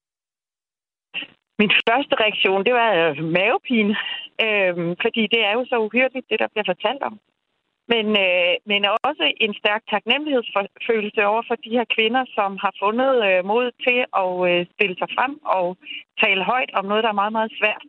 Min første reaktion, det var mavepine, fordi det er jo så uhyrligt, det der bliver fortalt om. Men også en stærk taknemmelighedsfølelse over for de her kvinder, som har fundet mod til at stille sig frem og tale højt om noget, der er meget, meget svært.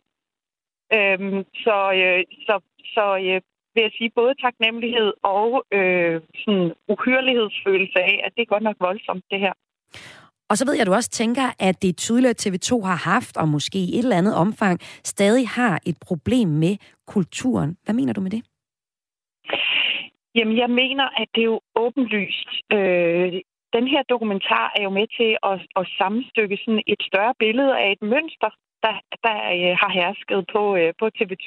Så vil jeg sige både taknemmelighed og sådan uhyrlighedsfølelse af, at det er godt nok voldsomt, det her. Og så ved jeg, at du også tænker, at det er tydeligt, at TV2 har haft, og måske i et eller andet omfang, stadig har et problem med kulturen. Hvad mener du med det? Jamen, jeg mener, at det er jo åbenlyst. Den her dokumentar er jo med til at sammenstykke sådan et større billede af et mønster, der har hersket på TV2.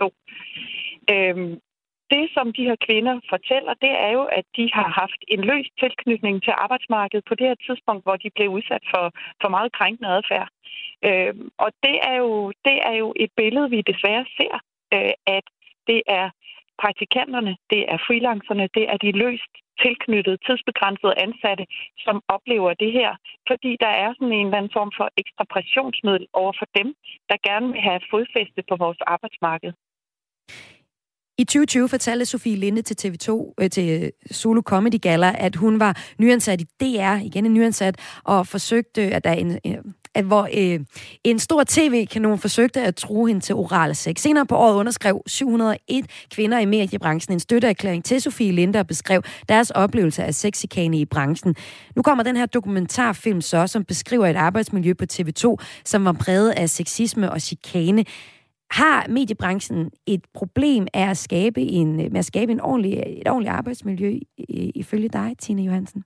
Det, som de her kvinder fortæller, det er jo, at de har haft en løs tilknytning til arbejdsmarkedet på det her tidspunkt, hvor de blev udsat for meget krænkende adfærd. Og det er jo et billede, vi desværre ser, at det er praktikanterne, det er freelancerne, det er de løst tilknyttede, tidsbegrænsede ansatte, som oplever det her, fordi der er sådan en eller anden form for ekstra pressionsmiddel over for dem, der gerne vil have fodfæste på vores arbejdsmarked. I 2020 fortalte Sofie Linde til TV2, til Zulu Comedy Galla, at hun var nyansat i DR, igen en nyansat, og forsøgte, at en stor tv-kanon forsøgte at true hende til oral sex. Senere på året underskrev 701 kvinder i mediebranchen en støtteerklæring til Sofie Linde og beskrev deres oplevelse af sexchikane i branchen. Nu kommer den her dokumentarfilm så, som beskriver et arbejdsmiljø på TV2, som var præget af sexisme og chikane. Har mediebranchen et problem af at skabe et ordentligt arbejdsmiljø ifølge dig, Tine Johansen?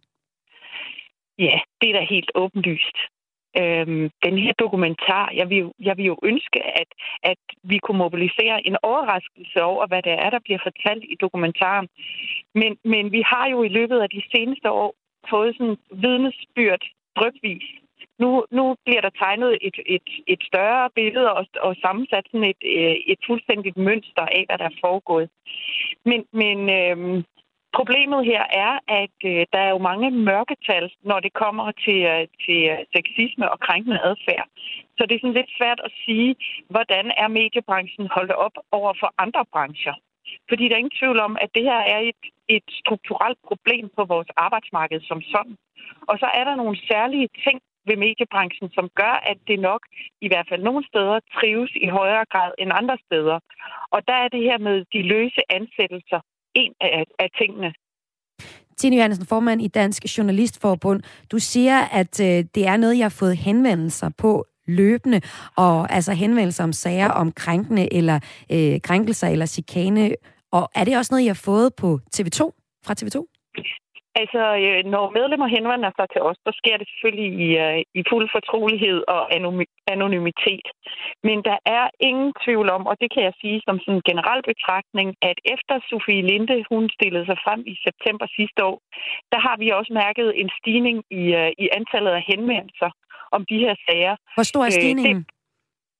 Ja, det er da helt åbenlyst. Den her dokumentar, jeg vil jo ønske, at vi kunne mobilisere en overraskelse over, hvad det er, der bliver fortalt i dokumentaren. Men vi har jo i løbet af de seneste år fået sådan vidnesbyrd drypvis. Nu bliver der tegnet et større billede og sammensat sådan et fuldstændigt mønster af, hvad der er foregået. Men problemet her er, at der er jo mange mørketal, når det kommer til sexisme og krænkende adfærd. Så det er sådan lidt svært at sige, hvordan er mediebranchen holdt op over for andre brancher. Fordi der er ingen tvivl om, at det her er et strukturelt problem på vores arbejdsmarked som sådan. Og så er der nogle særlige ting ved mediebranchen, som gør, at det nok i hvert fald nogle steder trives i højere grad end andre steder. Og der er det her med de løse ansættelser en af tingene. Tine Johansen, formand i Dansk Journalistforbund. Du siger, at det er noget, jeg har fået henvendelser på løbende, og altså henvendelser om sager om krænkende eller krænkelser eller chikane. Og er det også noget, jeg har fået på TV2? Fra TV2? Altså, når medlemmer henvender sig til os, så sker det selvfølgelig i fuld fortrolighed og anonymitet. Men der er ingen tvivl om, og det kan jeg sige som sådan en generel betragtning, at efter Sofie Linde, hun stillede sig frem i september sidste år, der har vi også mærket en stigning i antallet af henvendelser om de her sager. Hvor stor er stigningen?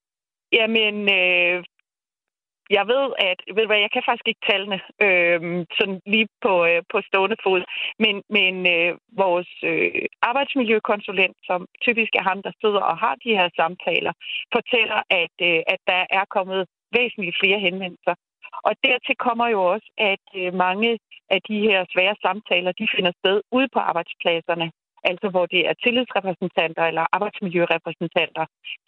Jamen, jeg ved, jeg kan faktisk ikke tallene sådan lige på stående fod, men vores arbejdsmiljøkonsulent, som typisk er ham, der sidder og har de her samtaler, fortæller, at der er kommet væsentligt flere henvendelser. Og dertil kommer jo også, at mange af de her svære samtaler, de finder sted ude på arbejdspladserne. Altså hvor det er tillidsrepræsentanter eller arbejdsmiljørepræsentanter,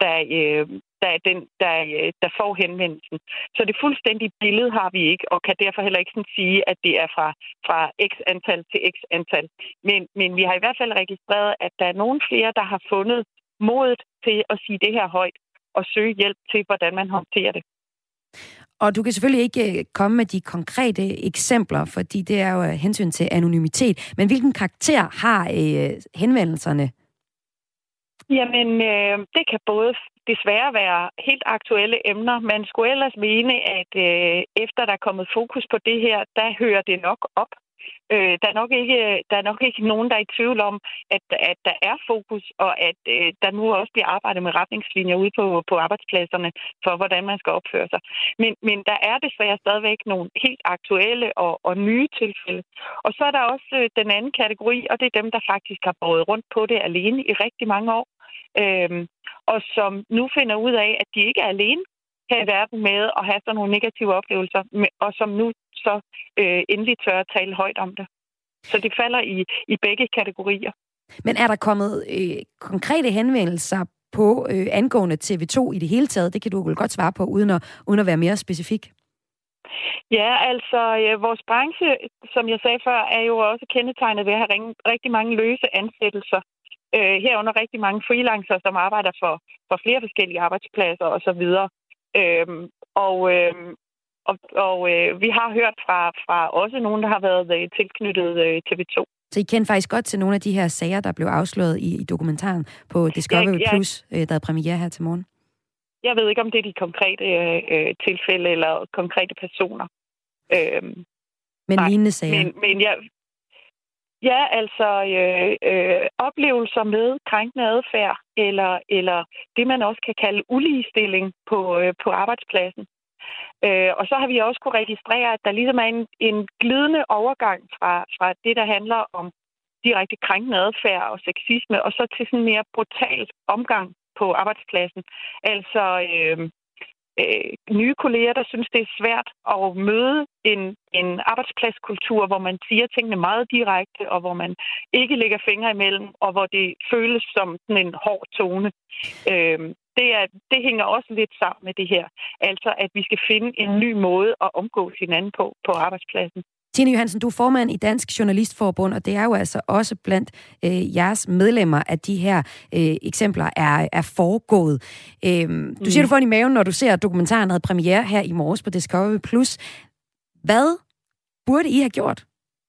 der får henvendelsen. Så det fuldstændige billede har vi ikke, og kan derfor heller ikke sådan sige, at det er fra x antal til x antal. Men vi har i hvert fald registreret, at der er nogle flere, der har fundet modet til at sige det her højt og søge hjælp til, hvordan man håndterer det. Og du kan selvfølgelig ikke komme med de konkrete eksempler, fordi det er jo hensyn til anonymitet. Men hvilken karakter har henvendelserne? Jamen, det kan både desværre være helt aktuelle emner. Man skulle ellers mene, at efter der er kommet fokus på det her, der hører det nok op. Der er nok ikke nogen, der er i tvivl om, at der er fokus, og at der nu også bliver arbejdet med retningslinjer ude på arbejdspladserne for, hvordan man skal opføre sig. Men der er desværre stadigvæk nogle helt aktuelle og nye tilfælde. Og så er der også den anden kategori, og det er dem, der faktisk har båret rundt på det alene i rigtig mange år, og som nu finder ud af, at de ikke er alene her i verden med at have sådan nogle negative oplevelser, og som nu så endelig tør at tale højt om det. Så det falder i begge kategorier. Men er der kommet konkrete henvendelser på angående TV2 i det hele taget? Det kan du vel godt svare på, uden at være mere specifik. Ja, altså vores branche, som jeg sagde før, er jo også kendetegnet ved at have rigtig mange løse ansættelser. Herunder rigtig mange freelancere, som arbejder for flere forskellige arbejdspladser osv. Vi har hørt fra også nogen, der har været tilknyttet TV2. Så I kender faktisk godt til nogle af de her sager, der blev afsløret i dokumentaren på Discovery Plus, der er premiere her til morgen? Jeg ved ikke, om det er de konkrete tilfælde eller konkrete personer. Men lignende sager? Men ja, altså oplevelser med krænkende adfærd, eller det, man også kan kalde uligestilling på arbejdspladsen. Og så har vi også kunne registrere, at der ligesom er en glidende overgang fra det, der handler om direkte krænkende adfærd og sexisme, og så til sådan mere brutal omgang på arbejdspladsen. Altså nye kolleger, der synes, det er svært at møde en arbejdspladskultur, hvor man siger tingene meget direkte, og hvor man ikke lægger fingre imellem, og hvor det føles som sådan en hård tone. Det hænger også lidt sammen med det her. Altså, at vi skal finde en ny måde at omgås hinanden på arbejdspladsen. Tine Johansen, du er formand i Dansk Journalistforbund, og det er jo altså også blandt jeres medlemmer, at de her eksempler er foregået. Du siger, du får i maven, når du ser, at dokumentaren havde premiere her i morges på Discovery Plus. Hvad burde I have gjort?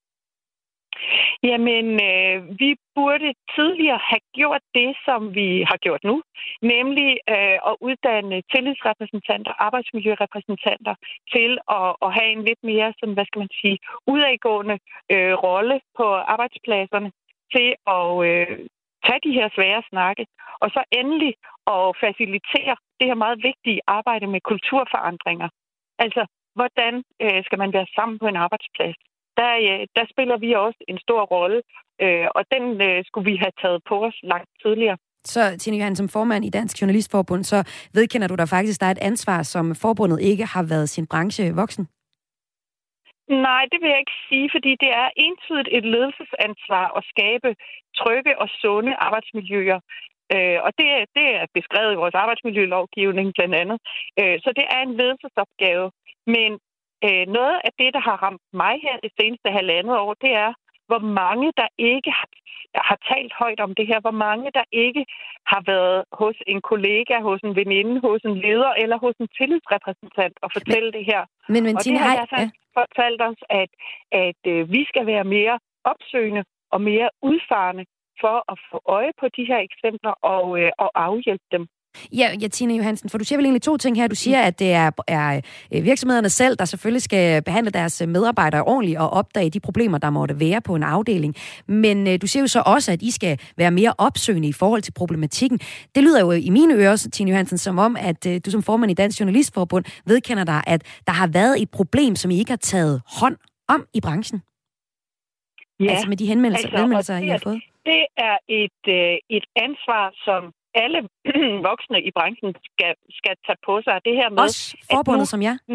Jamen, vi burde tidligere have gjort det, som vi har gjort nu, nemlig at uddanne tillidsrepræsentanter, arbejdsmiljørepræsentanter til at have en lidt mere, sådan, hvad skal man sige, udadgående rolle på arbejdspladserne til at tage de her svære snakke, og så endelig at facilitere det her meget vigtige arbejde med kulturforandringer. Altså, hvordan skal man være sammen på en arbejdsplads? Der spiller vi også en stor rolle, og den skulle vi have taget på os langt tidligere. Så, Tine Johansen, som formand i Dansk Journalistforbund, så vedkender du dig faktisk, der er et ansvar, som forbundet ikke har været sin branche voksen? Nej, det vil jeg ikke sige, fordi det er entydigt et ledelsesansvar at skabe trygge og sunde arbejdsmiljøer. Og det er beskrevet i vores arbejdsmiljølovgivning blandt andet. Så det er en ledelsesopgave. Men noget af det, der har ramt mig her det seneste halvandet år, det er, hvor mange der ikke har talt højt om det her. Hvor mange der ikke har været hos en kollega, hos en veninde, hos en leder eller hos en tillidsrepræsentant og fortælle det her. Men og Tine, det har fortalt os, at vi skal være mere opsøgende og mere udfarende for at få øje på de her eksempler og afhjælpe dem. Ja, Tine Johansen, for du siger vel egentlig 2 ting her. Du siger, at det er virksomhederne selv, der selvfølgelig skal behandle deres medarbejdere ordentligt og opdage de problemer, der måtte være på en afdeling. Men du siger jo så også, at I skal være mere opsøgende i forhold til problematikken. Det lyder jo i mine ører, Tine Johansen, som om, at du som formand i Dansk Journalistforbund vedkender dig, at der har været et problem, som I ikke har taget hånd om i branchen. Ja, altså med de henvendelser I har fået. Det er et ansvar, som alle voksne i branchen skal tage på sig. Det her med, også forbundet som jer?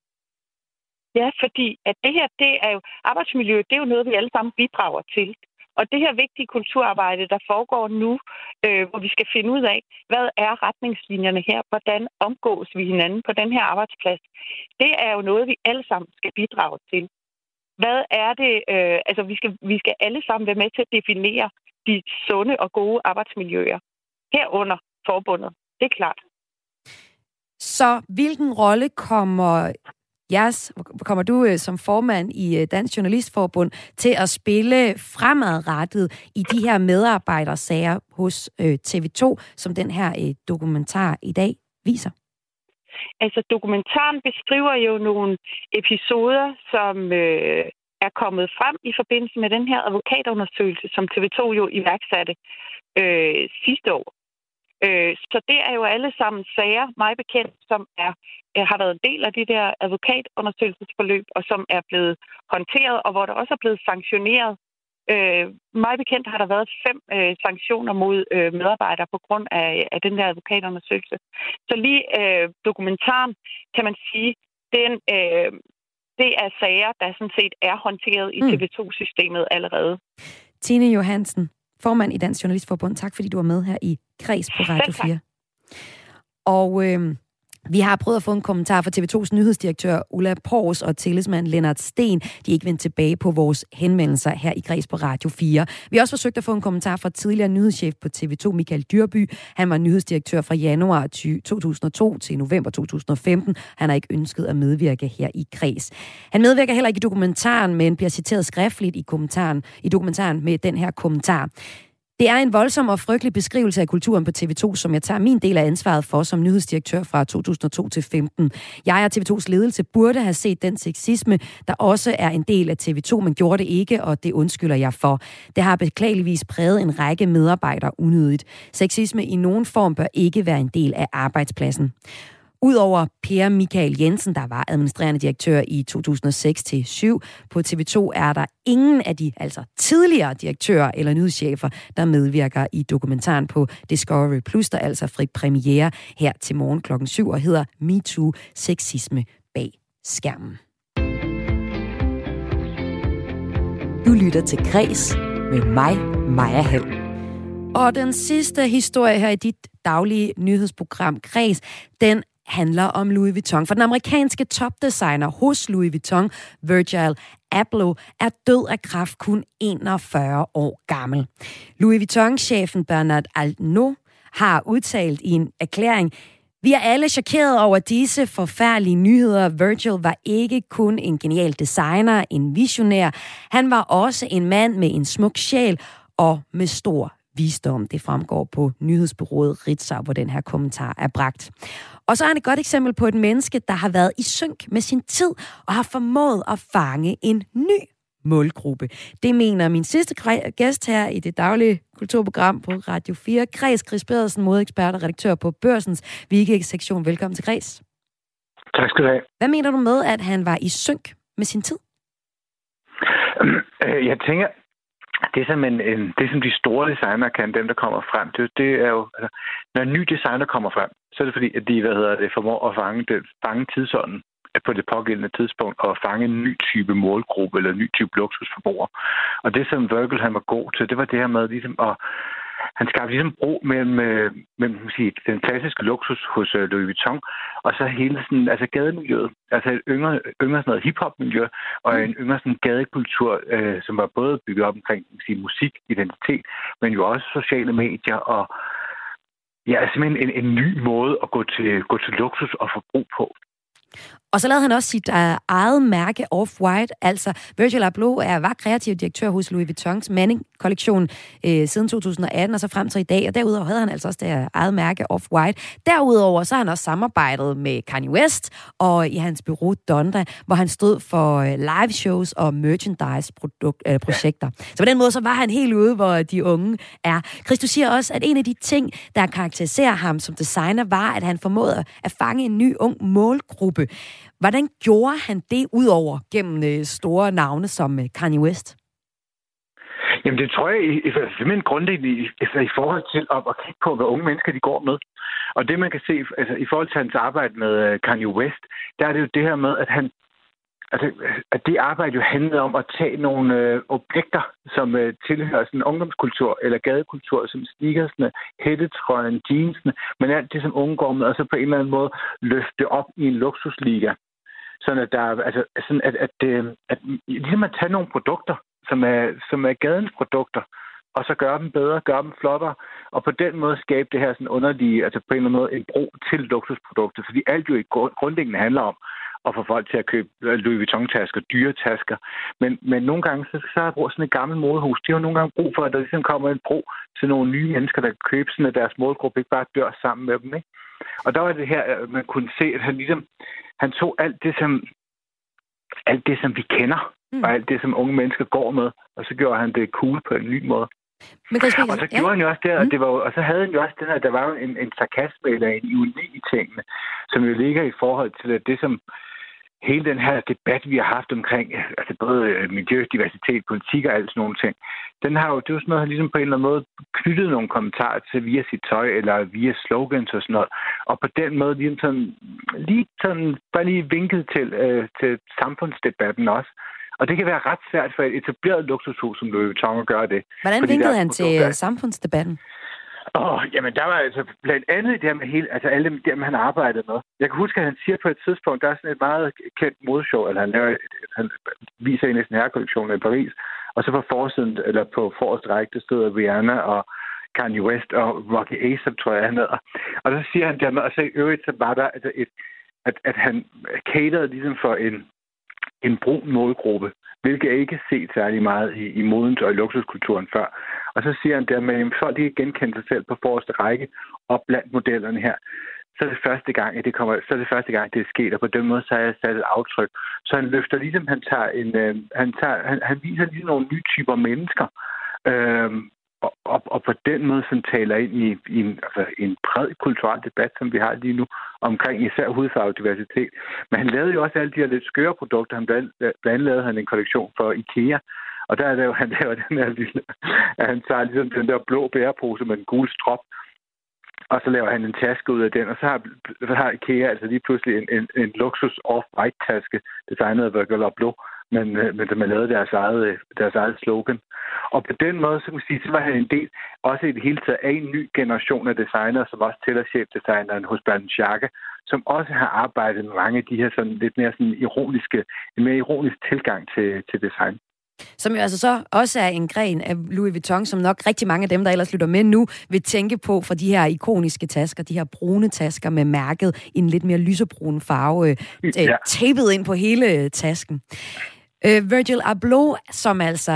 Ja, fordi at det her, det er jo arbejdsmiljø, det er jo noget, vi alle sammen bidrager til. Og det her vigtige kulturarbejde, der foregår nu, hvor vi skal finde ud af, hvad er retningslinjerne her? Hvordan omgås vi hinanden på den her arbejdsplads? Det er jo noget, vi alle sammen skal bidrage til. Hvad er det? Vi skal alle sammen være med til at definere de sunde og gode arbejdsmiljøer. Herunder forbundet. Det er klart. Så hvilken rolle kommer du som formand i Dansk Journalistforbund til at spille fremadrettet i de her medarbejdersager hos TV2, som den her dokumentar i dag viser? Altså, dokumentaren beskriver jo nogle episoder, som er kommet frem i forbindelse med den her advokatundersøgelse, som TV2 jo iværksatte sidste år. Så det er jo alle sammen sager, mig bekendt, som har været en del af de der advokatundersøgelsesforløb, og som er blevet håndteret, og hvor der også er blevet sanktioneret. Mig bekendt har der været 5 sanktioner mod medarbejdere på grund af den der advokatundersøgelse. Så lige dokumentaren, kan man sige, det er sager, der sådan set er håndteret i TV2-systemet allerede. Tine Johansen, formand i Dansk Journalistforbund. Tak, fordi du var med her i Kreds på Radio 4. Og vi har prøvet at få en kommentar fra TV2's nyhedsdirektør Ulla Pors og tillidsmand Lennart Sten. De er ikke vendt tilbage på vores henvendelser her i Kreds på Radio 4. Vi har også forsøgt at få en kommentar fra tidligere nyhedschef på TV2, Michael Dyrby. Han var nyhedsdirektør fra januar 2002 til november 2015. Han har ikke ønsket at medvirke her i Kreds. Han medvirker heller ikke i dokumentaren, men bliver citeret skriftligt i dokumentaren med den her kommentar. Det er en voldsom og frygtelig beskrivelse af kulturen på TV2, som jeg tager min del af ansvaret for som nyhedsdirektør fra 2002 til 15. Jeg og TV2's ledelse burde have set den sexisme, der også er en del af TV2, men gjorde det ikke, og det undskylder jeg for. Det har beklageligvis præget en række medarbejdere unødigt. Sexisme i nogen form bør ikke være en del af arbejdspladsen. Udover Per Michael Jensen, der var administrerende direktør i 2006-7 på TV2, er der ingen af de tidligere direktører eller nyhedschefer, der medvirker i dokumentaren på Discovery Plus, der altså fik premiere her til morgen klokken 7 og hedder MeToo, sexisme bag skærmen. Du lytter til Kreds med mig, Maja Hall. Og den sidste historie her i dit daglige nyhedsprogram Kreds, den handler om Louis Vuitton. For den amerikanske topdesigner hos Louis Vuitton, Virgil Abloh, er død af kræft kun 41 år gammel. Louis Vuitton-chefen Bernard Arnault har udtalt i en erklæring: "Vi er alle chokeret over disse forfærdelige nyheder. Virgil var ikke kun en genial designer, en visionær. Han var også en mand med en smuk sjæl og med stor visdom." Det fremgår på nyhedsbureauet Ritzau, hvor den her kommentar er bragt. Og så er han et godt eksempel på et menneske, der har været i synk med sin tid og har formået at fange en ny målgruppe. Det mener min sidste gæst her i det daglige kulturprogram på Radio 4, Kreds Chris Pedersen, modeekspert og redaktør på Børsens Weekend-sektion. Velkommen til Kreds. Tak skal du have. Hvad mener du med, at han var i synk med sin tid? Jeg tænker, det som de store designer kan, dem der kommer frem, det er jo, når en ny designer kommer frem, så er det fordi, at de, formår at fange tidsånden på det pågældende tidspunkt, og fange en ny type målgruppe, eller en ny type luksusforbruger. Og det, som Virgil han var god til, det var det her med ligesom at han skabte ligesom bro mellem den klassiske luksus hos Louis Vuitton, og så hele sådan, gademiljøet. Altså et yngre sådan noget hip-hop-miljø, og en yngre sådan gadekultur, som var både bygget op omkring musik, identitet, men jo også sociale medier, og simpelthen en ny måde at gå til luksus og forbrug på. Og så lavede han også sit eget mærke Off-White. Altså, Virgil Abloh var kreativ direktør hos Louis Vuittons Manning-kollektion siden 2018 og så frem til i dag. Og derudover havde han altså også det eget mærke Off-White. Derudover så har han også samarbejdet med Kanye West og i hans bureau Donda, hvor han stod for live shows og merchandise-projekter. Så på den måde så var han helt ude, hvor de unge er. Chris, du siger også, at en af de ting, der karakteriserer ham som designer, var, at han formåede at fange en ny ung målgruppe. Hvordan gjorde han det udover gennem store navne som Kanye West? Jamen det tror jeg simpelthen grundlæggende i forhold til at kigge på, hvad unge mennesker de går med. Og det man kan se altså, i forhold til hans arbejde med Kanye West, der er det jo det her med, at det arbejde jo handlede om at tage nogle objekter, som tilhører sådan en ungdomskultur eller gadekultur, som sneakersne, hættetrøjen, jeansene, men alt det, som unge går med, og så på en eller anden måde løfte op i en luksusliga. Sådan at der altså sådan at ligesom at tage nogle produkter, som er gadens produkter, og så gøre dem bedre, gøre dem flottere, og på den måde skabe det her sådan underlige, altså på en eller anden måde en bro til luksusprodukter, fordi alt jo i grundlæggende handler om at få folk til at købe Louis Vuitton-tasker, dyre tasker. Men nogle gange, så har jeg brugt sådan et gammelt modehus. De har nogle gange brug for, at der ligesom kommer en bro til nogle nye mennesker, der kan købe sådan, at deres målgruppe ikke bare dør sammen med dem, ikke? Og der var det her, man kunne se, at han tog alt det, som vi kender, og alt det, som unge mennesker går med, og så gjorde han det cool på en ny måde. Og så gjorde han jo også det, og så havde han jo også den her, der var jo en sarkasme eller en ironi i tingene, som jo ligger i forhold til det, som hele den her debat, vi har haft omkring, altså både miljø, diversitet, politik og alt sådan nogle ting, den har jo, det er jo sådan noget, han ligesom på en eller anden måde knyttet nogle kommentarer til via sit tøj, eller via slogans og sådan noget, og på den måde bare lige vinket til samfundsdebatten også. Og det kan være ret svært for et etableret luksushus som Louis Vuitton at gøre det. Hvordan vinkede han til samfundsdebatten? Jamen der var altså blandt andet det her med alle dem, han arbejdede med. Jeg kan huske, at han siger på et tidspunkt, der er sådan et meget kendt modeshow, eller han viser en af sin herrekollektioner i Paris, og så på forsiden, eller på forreste række, der stod Rihanna og Kanye West og Rocky A$AP, tror jeg, han hedder. Og så siger han dermed, og så i øvrigt, så var der altså at han caterede ligesom for en brun målgruppe, hvilket jeg ikke har set særlig meget i modens og i luksuskulturen før. Og så siger han dermed, at folk ikke genkender sig selv på forreste række og blandt modellerne her. Så er det første gang, det er sket, og på den måde så har jeg sat et aftryk. Så han løfter ligesom, han viser ligesom nogle nye typer mennesker, og på den måde sådan taler ind i en bred kulturel debat, som vi har lige nu, omkring især hudfarve diversitet. Men han lavede jo også alle de her lidt skøre produkter. Blandt andet lavede han en kollektion for IKEA, og der er det jo, han laver den her lille, at han tager ligesom den der blå bærepose med en gul strop, og så laver han en taske ud af den, og så har IKEA altså lige pludselig en luksus off-white-taske, designet af Virgil Abloh, men man lavede deres eget slogan. Og på den måde, så kan man sige, så var han en del, også i det hele taget, af en ny generation af designere, som også tæller chefdesigneren hos Balenciaga, som også har arbejdet med mange af de her sådan lidt mere sådan en mere ironisk tilgang til design. Som jo altså så også er en gren af Louis Vuitton, som nok rigtig mange af dem, der ellers lytter med nu, vil tænke på for de her ikoniske tasker, de her brune tasker med mærket i en lidt mere lysebrun farve, tapet ind på hele tasken. Virgil Abloh, som altså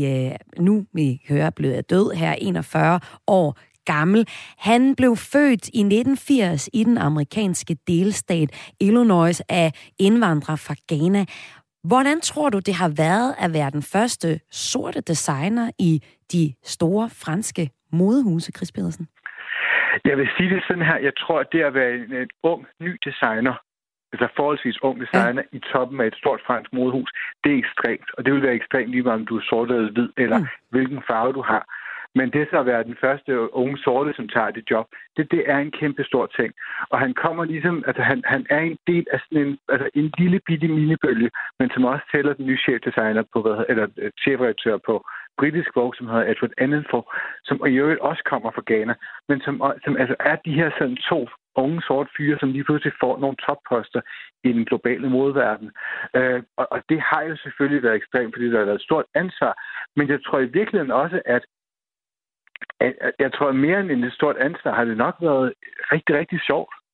nu vi hører blevet død her, 41 år gammel. Han blev født i 1980 i den amerikanske delstat Illinois af indvandrere fra Ghana. Hvordan tror du, det har været at være den første sorte designer i de store franske modehuse, Chris Pedersen? Jeg vil sige det sådan her. Jeg tror, at det at være en ung, ny designer, altså forholdsvis ung designer i toppen af et stort fransk modehus, det er ekstremt. Og det vil være ekstremt lige meget, om du er sort eller hvid, eller hvilken farve du har. Men det så at være den første unge sorte, som tager det job, det er en kæmpe stor ting. Og han kommer ligesom, altså han er en del af sådan en lille bitte minibølge, men som også tæller den nye chefdesigner chefredaktør på britisk Vogue, som hedder Edward Enninful, som i øvrigt også kommer fra Ghana, men som altså er de her sådan to unge sorte fyre, som lige pludselig får nogle topposter i den globale modeverden. Og det har jo selvfølgelig været ekstremt, fordi der har været et stort ansvar. Men jeg tror i virkeligheden også, at jeg tror mere end et stort ansvar har det nok været rigtig, rigtig sjovt.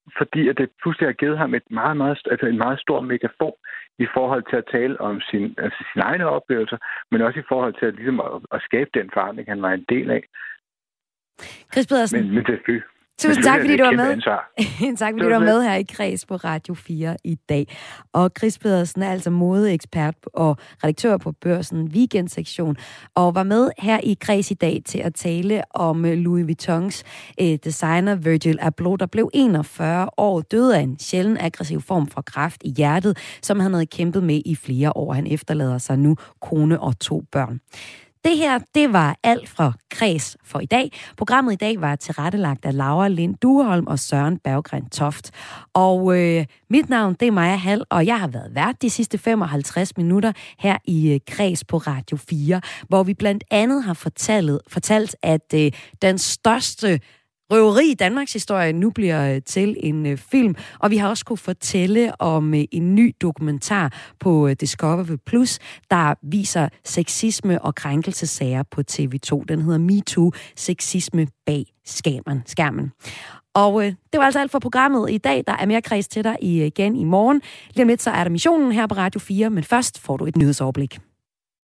fordi at det pludselig har givet ham en meget stor megafon i forhold til at tale om sine egne oplevelser, men også i forhold til at skabe den forandring, han var en del af. Chris Pedersen. Men det er Tusind tak, fordi du var med. Tak, fordi du var med her i Kreds på Radio 4 i dag. Og Chris Pedersen er altså modeekspert og redaktør på Børsen Weekendsektion, og var med her i Kreds i dag til at tale om Louis Vuittons designer Virgil Abloh, der blev 41 år, døde af en sjælden aggressiv form for kræft i hjertet, som han havde kæmpet med i flere år. Han efterlader sig nu kone og 2 børn. Det her, det var alt fra Kreds for i dag. Programmet i dag var tilrettelagt af Laura Lind Dueholm og Søren Berggren Toft. Og mit navn, det er Maja Hall, og jeg har været vært de sidste 55 minutter her i Kreds på Radio 4, hvor vi blandt andet har fortalt, at den største røveri i Danmarks historie nu bliver til en film, og vi har også kunne fortælle om en ny dokumentar på Discovery Plus, der viser sexisme og krænkelsesager på TV2. Den hedder MeToo, sexisme bag skærmen. Og det var altså alt for programmet i dag. Der er mere Kreds til dig igen i morgen. Lige om lidt så er der missionen her på Radio 4, men først får du et nyhedsoverblik.